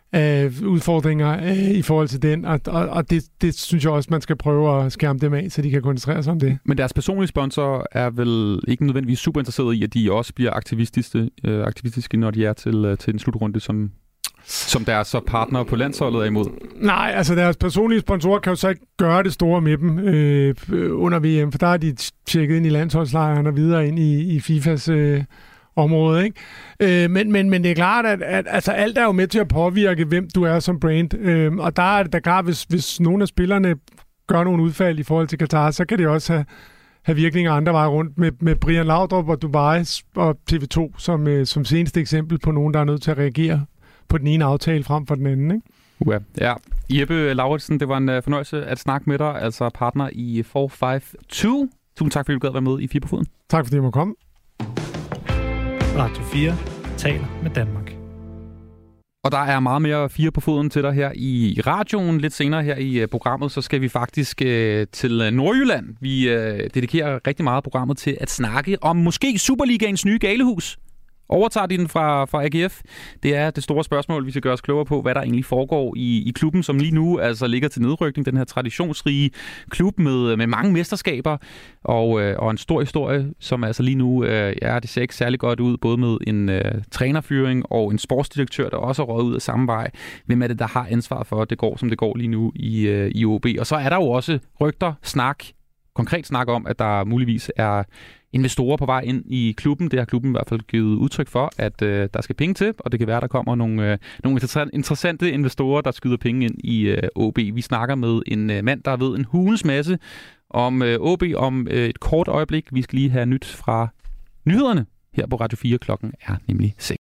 af udfordringer øh, i forhold til den, og, og, og det, det synes jeg også, man skal prøve at skærme dem af, så de kan koncentrere sig om det. Men deres personlige sponsor er vel ikke nødvendigvis super interesseret i, at de også bliver aktivistiske, øh, aktivistiske når de er til, til en slutrunde, som, som deres så partner på landsholdet er imod? Nej, altså deres personlige sponsorer kan jo så ikke gøre det store med dem øh, under V M, for der er de tjekket ind i landsholdslejren og videre ind i, i FIFAs øh, område, ikke? Øh, men, men, men det er klart, at, at altså, alt er jo med til at påvirke, hvem du er som brand. Øh, og der er det da klart, hvis, hvis nogle af spillerne gør nogle udfald i forhold til Katar, så kan det også have, have virkninger andre veje rundt med, med Brian Laudrup og Dubai og T V to som, øh, som seneste eksempel på nogen, der er nødt til at reagere på den ene aftale frem for den anden, ikke? Ja, ja. Jeppe Lauritsen, det var en uh, fornøjelse at snakke med dig, altså partner i fire fem to. Tusind tak, fordi du gad være med i Fire på Foden. Tak, fordi jeg måtte komme. Radio fire taler med Danmark. Og der er meget mere Fire på Foden til dig her i radioen. Lidt senere her i uh, programmet, så skal vi faktisk uh, til Nordjylland. Vi uh, dedikerer rigtig meget af programmet til at snakke om måske Superligaens nye galehus. Overtager de den fra, fra A G F? Det er det store spørgsmål, vi skal gøre os klogere på, hvad der egentlig foregår i, i klubben, som lige nu altså ligger til nedrykning. Den her traditionsrige klub med, med mange mesterskaber og, øh, og en stor historie, som altså lige nu, øh, ja, det ser ikke særlig godt ud, både med en øh, trænerfyring og en sportsdirektør, der også er røget ud af samme vej. Hvem er det, der har ansvar for, at det går, som det går lige nu i, øh, i O B? Og så er der jo også rygter, snak, konkret snak om, at der muligvis er investorer på vej ind i klubben. Det har klubben i hvert fald givet udtryk for, at øh, der skal penge til, og det kan være, at der kommer nogle, øh, nogle interessante investorer, der skyder penge ind i øh, O B. Vi snakker med en øh, mand, der ved en hulens masse om øh, O B om øh, et kort øjeblik. Vi skal lige have nyt fra nyhederne her på Radio fire. Klokken er nemlig seks.